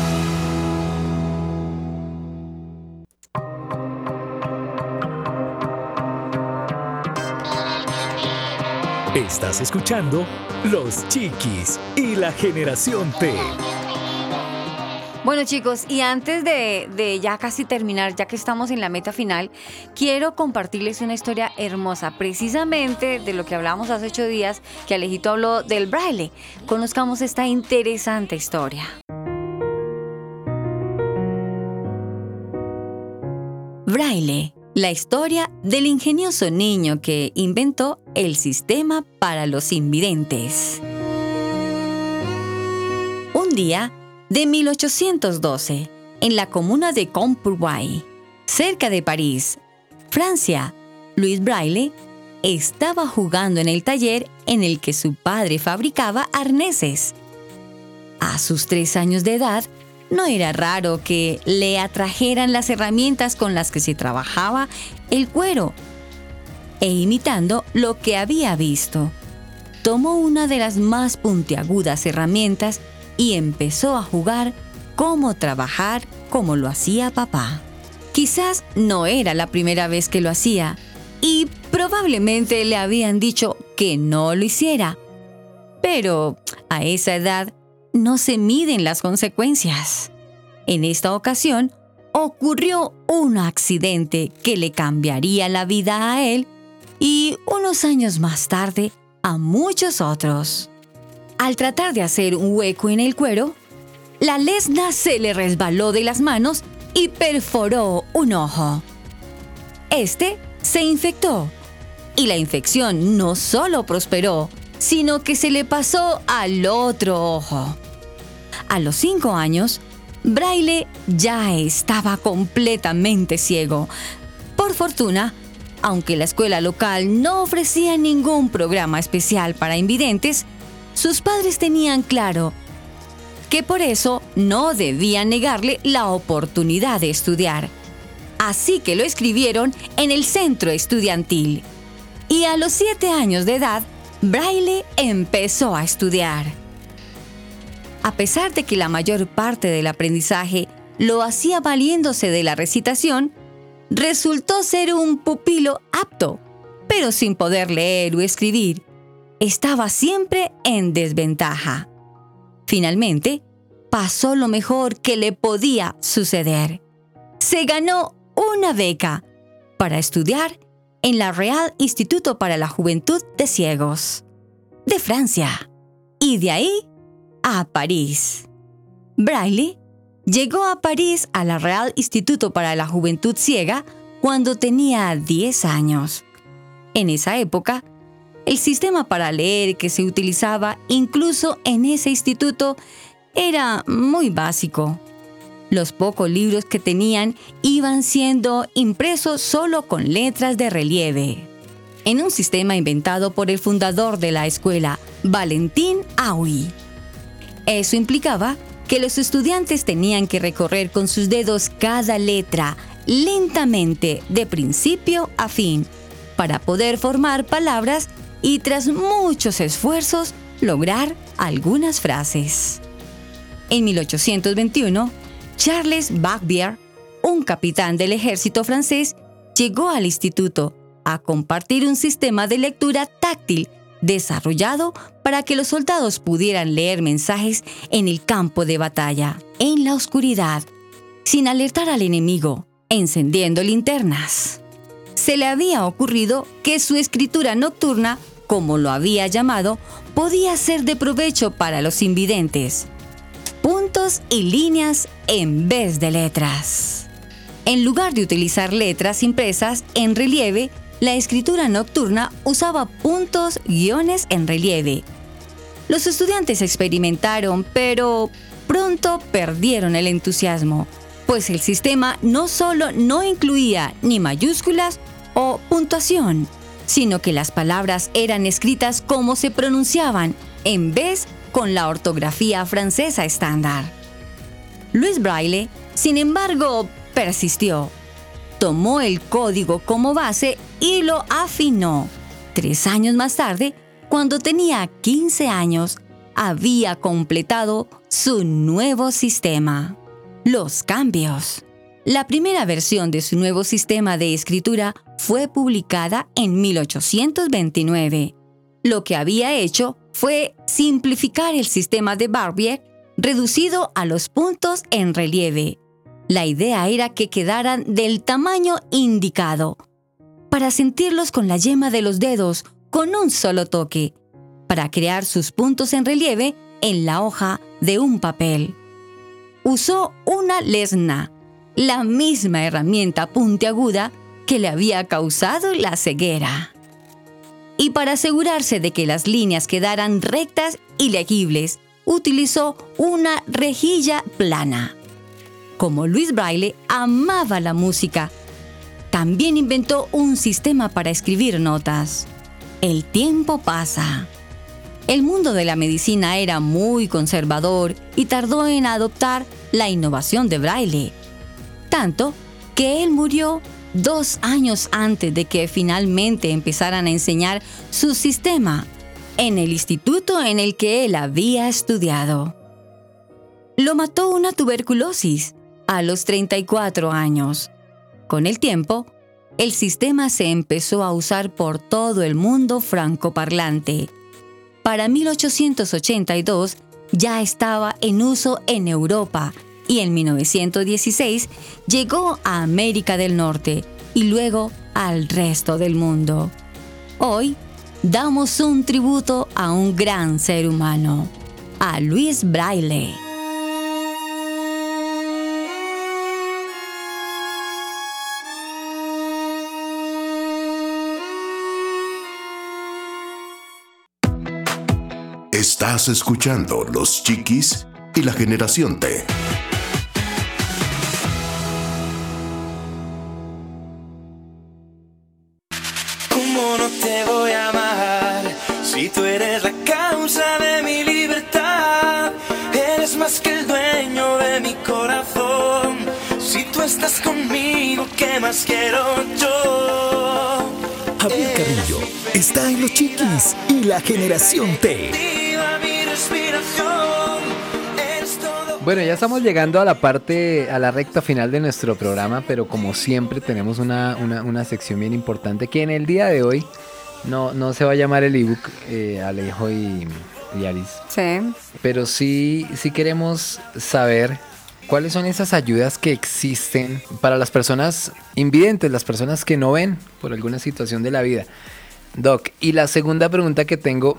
Estás escuchando Los Chiquis y la Generación T. Bueno, chicos, y antes de, de ya casi terminar, ya que estamos en la meta final, quiero compartirles una historia hermosa, precisamente de lo que hablábamos hace ocho días, que Alejito habló del braille. Conozcamos esta interesante historia. Braille, la historia del ingenioso niño que inventó el sistema para los invidentes. Un día de mil ochocientos doce, en la comuna de Compiègne, cerca de París, Francia, Louis Braille estaba jugando en el taller en el que su padre fabricaba arneses. A sus tres años de edad, no era raro que le atrajeran las herramientas con las que se trabajaba el cuero, e imitando lo que había visto, tomó una de las más puntiagudas herramientas y empezó a jugar cómo trabajar como lo hacía papá. Quizás no era la primera vez que lo hacía y probablemente le habían dicho que no lo hiciera. Pero a esa edad no se miden las consecuencias. En esta ocasión ocurrió un accidente que le cambiaría la vida a él y unos años más tarde a muchos otros. Al tratar de hacer un hueco en el cuero, la lesna se le resbaló de las manos y perforó un ojo. Este se infectó, y la infección no solo prosperó, sino que se le pasó al otro ojo. A los cinco años, Braille ya estaba completamente ciego. Por fortuna, aunque la escuela local no ofrecía ningún programa especial para invidentes, sus padres tenían claro que por eso no debían negarle la oportunidad de estudiar. Así que lo escribieron en el centro estudiantil. Y a los siete años de edad, Braille empezó a estudiar. A pesar de que la mayor parte del aprendizaje lo hacía valiéndose de la recitación, resultó ser un pupilo apto, pero sin poder leer o escribir. Estaba siempre en desventaja. Finalmente, pasó lo mejor que le podía suceder. Se ganó una beca para estudiar en la Real Instituto para la Juventud de Ciegos de Francia, y de ahí a París. Braille llegó a París a la Real Instituto para la Juventud Ciega cuando tenía diez años. En esa época, el sistema para leer que se utilizaba incluso en ese instituto era muy básico. Los pocos libros que tenían iban siendo impresos solo con letras de relieve, en un sistema inventado por el fundador de la escuela, Valentin Haüy. Eso implicaba que los estudiantes tenían que recorrer con sus dedos cada letra lentamente de principio a fin para poder formar palabras y tras muchos esfuerzos lograr algunas frases. En mil ochocientos veintiuno, Charles Babbage, un capitán del ejército francés, llegó al instituto a compartir un sistema de lectura táctil desarrollado para que los soldados pudieran leer mensajes en el campo de batalla, en la oscuridad, sin alertar al enemigo, encendiendo linternas. Se le había ocurrido que su escritura nocturna, como lo había llamado, podía ser de provecho para los invidentes. Puntos y líneas en vez de letras. En lugar de utilizar letras impresas en relieve, la escritura nocturna usaba puntos, guiones en relieve. Los estudiantes experimentaron, pero pronto perdieron el entusiasmo, pues el sistema no solo no incluía ni mayúsculas o puntuación, sino que las palabras eran escritas como se pronunciaban, en vez con la ortografía francesa estándar. Louis Braille, sin embargo, persistió. Tomó el código como base y lo afinó. Tres años más tarde, cuando tenía quince años, había completado su nuevo sistema. Los cambios. La primera versión de su nuevo sistema de escritura fue publicada en mil ochocientos veintinueve. Lo que había hecho fue simplificar el sistema de Babbage, reducido a los puntos en relieve. La idea era que quedaran del tamaño indicado, para sentirlos con la yema de los dedos con un solo toque, para crear sus puntos en relieve en la hoja de un papel. Usó una lesna, la misma herramienta puntiaguda que le había causado la ceguera. Y para asegurarse de que las líneas quedaran rectas y legibles, utilizó una rejilla plana. Como Louis Braille amaba la música, también inventó un sistema para escribir notas. El tiempo pasa. El mundo de la medicina era muy conservador y tardó en adoptar la innovación de Braille, tanto que él murió dos años antes de que finalmente empezaran a enseñar su sistema en el instituto en el que él había estudiado. Lo mató una tuberculosis a los treinta y cuatro años. Con el tiempo, el sistema se empezó a usar por todo el mundo francoparlante. Para mil ochocientos ochenta y dos ya estaba en uso en Europa y en mil novecientos dieciséis llegó a América del Norte y luego al resto del mundo. Hoy damos un tributo a un gran ser humano, a Louis Braille. Estás escuchando Los Chiquis y la Generación T. causa de mi libertad. Eres más que el dueño de mi corazón. Si tú estás conmigo, ¿qué más quiero yo? Javier Carrillo está en Los Chiquis y la Generación T. Bueno, ya estamos llegando a la parte, a la recta final de nuestro programa, pero como siempre tenemos una, una, una sección bien importante que en el día de hoy no, no se va a llamar el ebook, eh, Alejo y, y Aris. Sí. Pero sí, sí queremos saber cuáles son esas ayudas que existen para las personas invidentes, las personas que no ven por alguna situación de la vida. Doc, y la segunda pregunta que tengo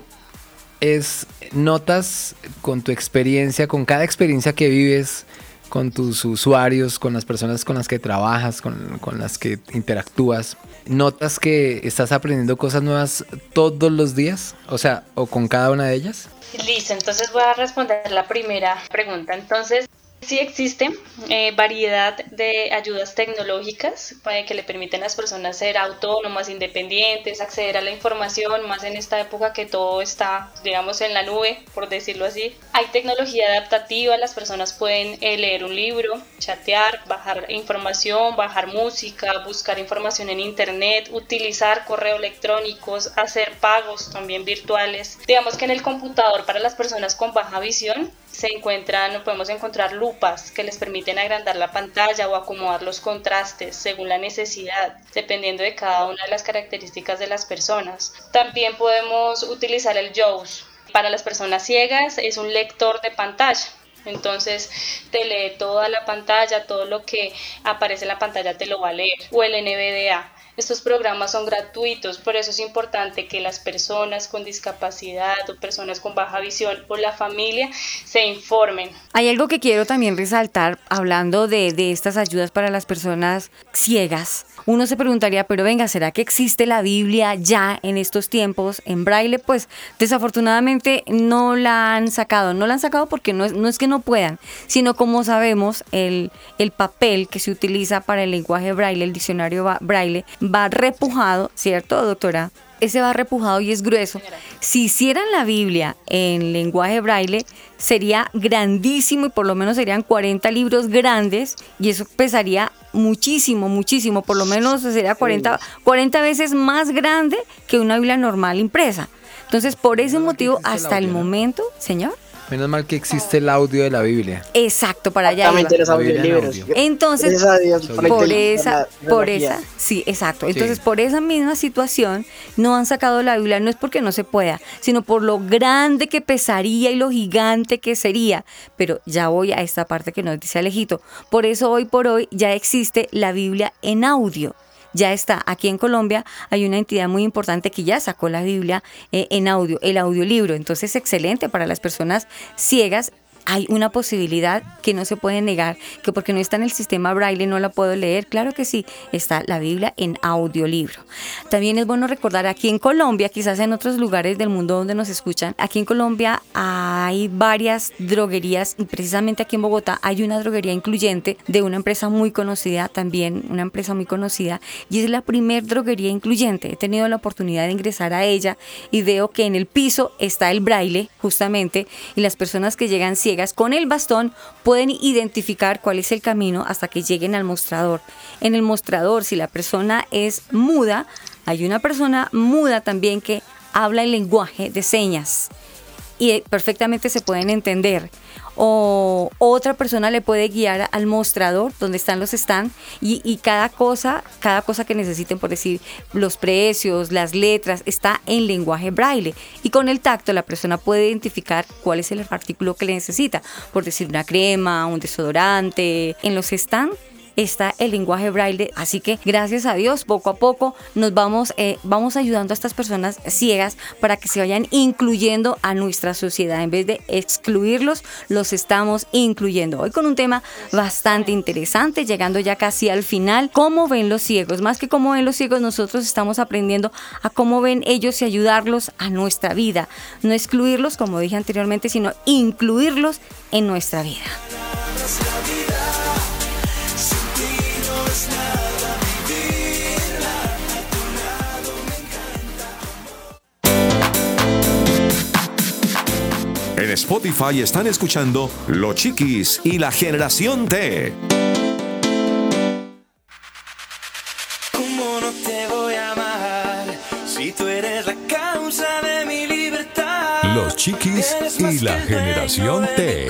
es, ¿notas con tu experiencia, con cada experiencia que vives, con tus usuarios, con las personas con las que trabajas, con, con las que interactúas, notas que estás aprendiendo cosas nuevas todos los días? O sea, o con cada una de ellas. Listo, entonces voy a responder la primera pregunta. Entonces, sí existe eh, variedad de ayudas tecnológicas eh, que le permiten a las personas ser autónomas, independientes, acceder a la información, más en esta época que todo está, digamos, en la nube, por decirlo así. Hay tecnología adaptativa, las personas pueden eh, leer un libro, chatear, bajar información, bajar música, buscar información en internet, utilizar correo electrónicos, hacer pagos también virtuales. Digamos que en el computador para las personas con baja visión se encuentran, podemos encontrar lupas que les permiten agrandar la pantalla o acomodar los contrastes según la necesidad, dependiendo de cada una de las características de las personas. También podemos utilizar el JAWS. Para las personas ciegas es un lector de pantalla. Entonces te lee toda la pantalla, todo lo que aparece en la pantalla te lo va a leer. O el N V D A. Estos programas son gratuitos, por eso es importante que las personas con discapacidad o personas con baja visión o la familia se informen. Hay algo que quiero también resaltar, hablando de, de estas ayudas para las personas ciegas. Uno se preguntaría, pero venga, ¿será que existe la Biblia ya en estos tiempos en braille? Pues desafortunadamente no la han sacado. No la han sacado porque no es, no es que no puedan, sino como sabemos, el, el papel que se utiliza para el lenguaje braille, el diccionario braille, va repujado, ¿cierto, doctora? Ese va repujado y es grueso. Si hicieran la Biblia en lenguaje braille, sería grandísimo y por lo menos serían cuarenta libros grandes y eso pesaría muchísimo, muchísimo. Por lo menos sería cuarenta, cuarenta veces más grande que una Biblia normal impresa. Entonces, por ese motivo, hasta el momento, señor. Menos mal que existe el audio de la Biblia. Exacto, para allá iba. Los audiolibros. Entonces, Dios, por esa, por esa, sí, exacto. Entonces, Sí. por esa misma situación, no han sacado la Biblia, no es porque no se pueda, sino por lo grande que pesaría y lo gigante que sería. Pero ya voy a esta parte que nos dice Alejito. Por eso, hoy por hoy, ya existe la Biblia en audio. Ya está, aquí en Colombia hay una entidad muy importante que ya sacó la Biblia eh, en audio, el audiolibro. Entonces, excelente para las personas ciegas. Hay una posibilidad que no se puede negar, que porque no está en el sistema braille no la puedo leer. Claro que sí, está la Biblia en audiolibro. También es bueno recordar, aquí en Colombia, quizás en otros lugares del mundo donde nos escuchan, aquí en Colombia hay varias droguerías y precisamente aquí en Bogotá hay una droguería incluyente de una empresa muy conocida, también una empresa muy conocida, y es la primer droguería incluyente. He tenido la oportunidad de ingresar a ella y veo que en el piso está el braille, justamente, y las personas que llegan ciegas con el bastón pueden identificar cuál es el camino hasta que lleguen al mostrador. En el mostrador, si la persona es muda, hay una persona muda también que habla el lenguaje de señas y perfectamente se pueden entender. O otra persona le puede guiar al mostrador donde están los stands y, y cada cosa, cada cosa que necesiten, por decir, los precios, las letras, está en lenguaje braille. Y con el tacto la persona puede identificar cuál es el artículo que le necesita. Por decir, una crema, un desodorante. En los stands está el lenguaje braille, así que gracias a Dios poco a poco nos vamos eh, vamos ayudando a estas personas ciegas para que se vayan incluyendo a nuestra sociedad. En vez de excluirlos, los estamos incluyendo. Hoy con un tema bastante interesante, llegando ya casi al final. ¿Cómo ven los ciegos? Más que cómo ven los ciegos, nosotros estamos aprendiendo a cómo ven ellos y ayudarlos a nuestra vida. No excluirlos, como dije anteriormente, sino incluirlos en nuestra vida. En Spotify están escuchando Los Chiquis y la Generación T. ¿Cómo no te voy a amar si tú eres la causa de mi libertad? Los Chiquis y la Generación T.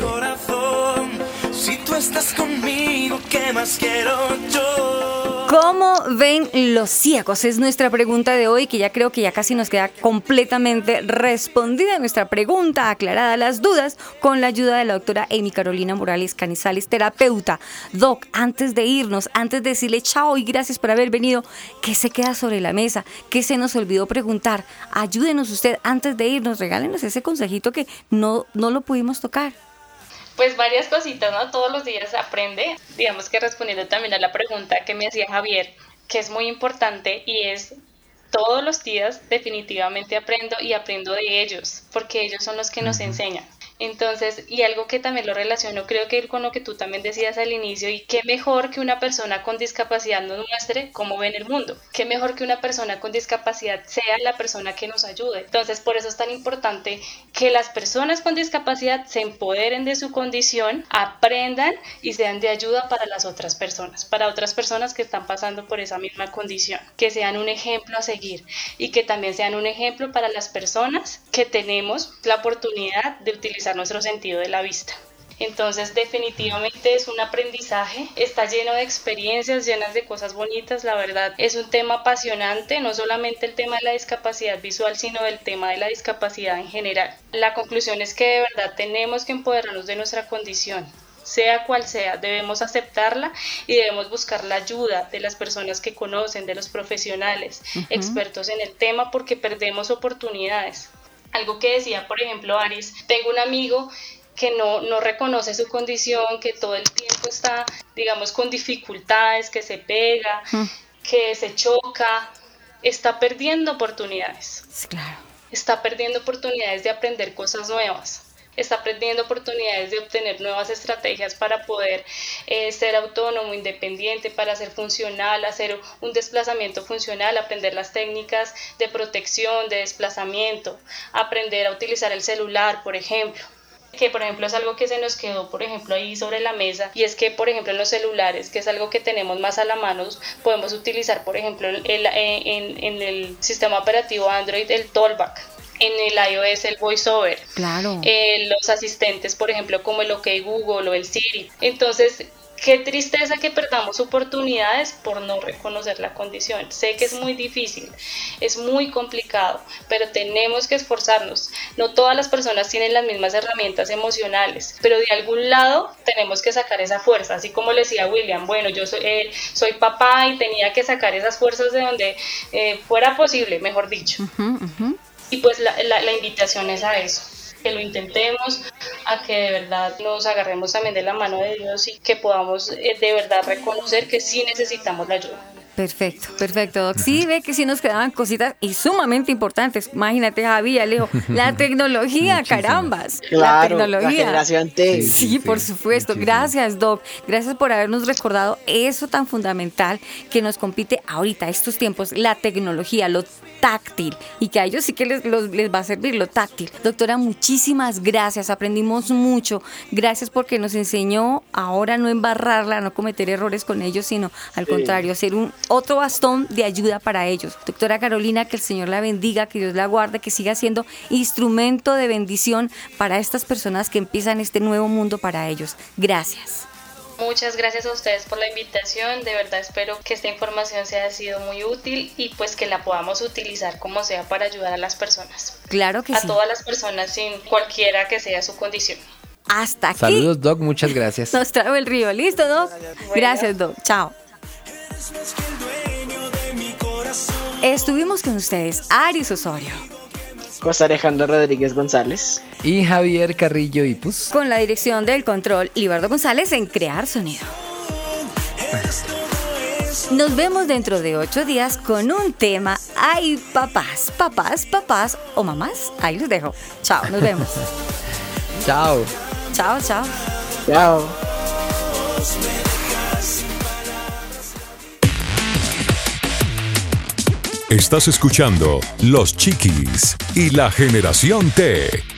Si tú estás conmigo, ¿qué más quiero yo? ¿Cómo ven los ciegos? Es nuestra pregunta de hoy, que ya creo que ya casi nos queda completamente respondida nuestra pregunta, aclarada las dudas, con la ayuda de la doctora Amy Carolina Morales Canizales, terapeuta. Doc, antes de irnos, antes de decirle chao y gracias por haber venido, ¿qué se queda sobre la mesa? ¿Qué se nos olvidó preguntar? Ayúdenos usted antes de irnos, regálenos ese consejito que no, no lo pudimos tocar. Pues varias cositas, ¿no? Todos los días aprende. Digamos que respondiendo también a la pregunta que me hacía Javier, que es muy importante, y es: todos los días definitivamente aprendo, y aprendo de ellos, porque ellos son los que nos enseñan. Entonces, y algo que también lo relaciono, creo que con lo que tú también decías al inicio, y qué mejor que una persona con discapacidad nos muestre cómo ven el mundo, qué mejor que una persona con discapacidad sea la persona que nos ayude. Entonces, por eso es tan importante que las personas con discapacidad se empoderen de su condición, aprendan y sean de ayuda para las otras personas, para otras personas que están pasando por esa misma condición, que sean un ejemplo a seguir, y que también sean un ejemplo para las personas que tenemos la oportunidad de utilizar nuestro sentido de la vista. Entonces, definitivamente es un aprendizaje, está lleno de experiencias, llenas de cosas bonitas. La verdad, es un tema apasionante, no solamente el tema de la discapacidad visual, sino el tema de la discapacidad en general. La conclusión es que de verdad tenemos que empoderarnos de nuestra condición, sea cual sea, debemos aceptarla y debemos buscar la ayuda de las personas que conocen, de los profesionales, uh-huh. expertos en el tema, porque perdemos oportunidades. Algo que decía, por ejemplo, Aris, tengo un amigo que no, no reconoce su condición, que todo el tiempo está, digamos, con dificultades, que se pega, mm. que se choca, está perdiendo oportunidades. Claro. Está perdiendo oportunidades de aprender cosas nuevas. Está perdiendo oportunidades de obtener nuevas estrategias para poder eh, ser autónomo, independiente, para ser funcional, hacer un desplazamiento funcional, aprender las técnicas de protección, de desplazamiento, aprender a utilizar el celular, por ejemplo. Que por ejemplo es algo que se nos quedó por ejemplo ahí sobre la mesa, y es que por ejemplo en los celulares, que es algo que tenemos más a la mano, podemos utilizar por ejemplo el, el, en, en el sistema operativo Android el Talkback, en el iOS el VoiceOver, claro. eh, los asistentes por ejemplo como el OK Google o el Siri. Entonces, qué tristeza que perdamos oportunidades por no reconocer la condición. Sé que es muy difícil, es muy complicado, pero tenemos que esforzarnos. No todas las personas tienen las mismas herramientas emocionales, pero de algún lado tenemos que sacar esa fuerza. Así como le decía William, bueno, yo soy, eh, soy papá y tenía que sacar esas fuerzas de donde eh, fuera posible, mejor dicho. Uh-huh, uh-huh. Y pues la, la, la invitación es a eso, que lo intentemos, a que de verdad nos agarremos también de la mano de Dios y que podamos eh, de verdad reconocer que sí necesitamos la ayuda. Perfecto, perfecto, Doc. Sí, ve que sí nos quedaban cositas y sumamente importantes. Imagínate, Javi, Alejo, la tecnología, carambas. Claro, la tecnología. La generación T. Sí, sí, sí, por supuesto. Muchísimo. Gracias, Doc. Gracias por habernos recordado eso tan fundamental que nos compite ahorita, estos tiempos, la tecnología, lo táctil, y que a ellos sí que les, los, les va a servir lo táctil. Doctora, muchísimas gracias. Aprendimos mucho. Gracias porque nos enseñó ahora no embarrarla, no cometer errores con ellos, sino al sí. contrario, hacer un otro bastón de ayuda para ellos. Doctora Carolina, que el Señor la bendiga, que Dios la guarde, que siga siendo instrumento de bendición para estas personas que empiezan este nuevo mundo para ellos. Gracias. Muchas gracias a ustedes por la invitación. De verdad espero que esta información se haya sido muy útil y pues que la podamos utilizar como sea para ayudar a las personas. Claro que a sí. A todas las personas, sin cualquiera que sea su condición. Hasta aquí. Saludos, Doc. Muchas gracias. Nos trajo el río. ¿Listo, Doc? Bueno. Gracias, Doc. Chao. Estuvimos con ustedes, Aris Osorio, José Alejandro Rodríguez González y Javier Carrillo Ipus. Con la dirección del control, Libardo González en Crear Sonido. Nos vemos dentro de ocho días con un tema. Ay, papás, papás, papás o mamás. Ahí los dejo. Chao, nos vemos. Chao. Chao, chao. Chao. Estás escuchando Los Chiquis y la Generación T.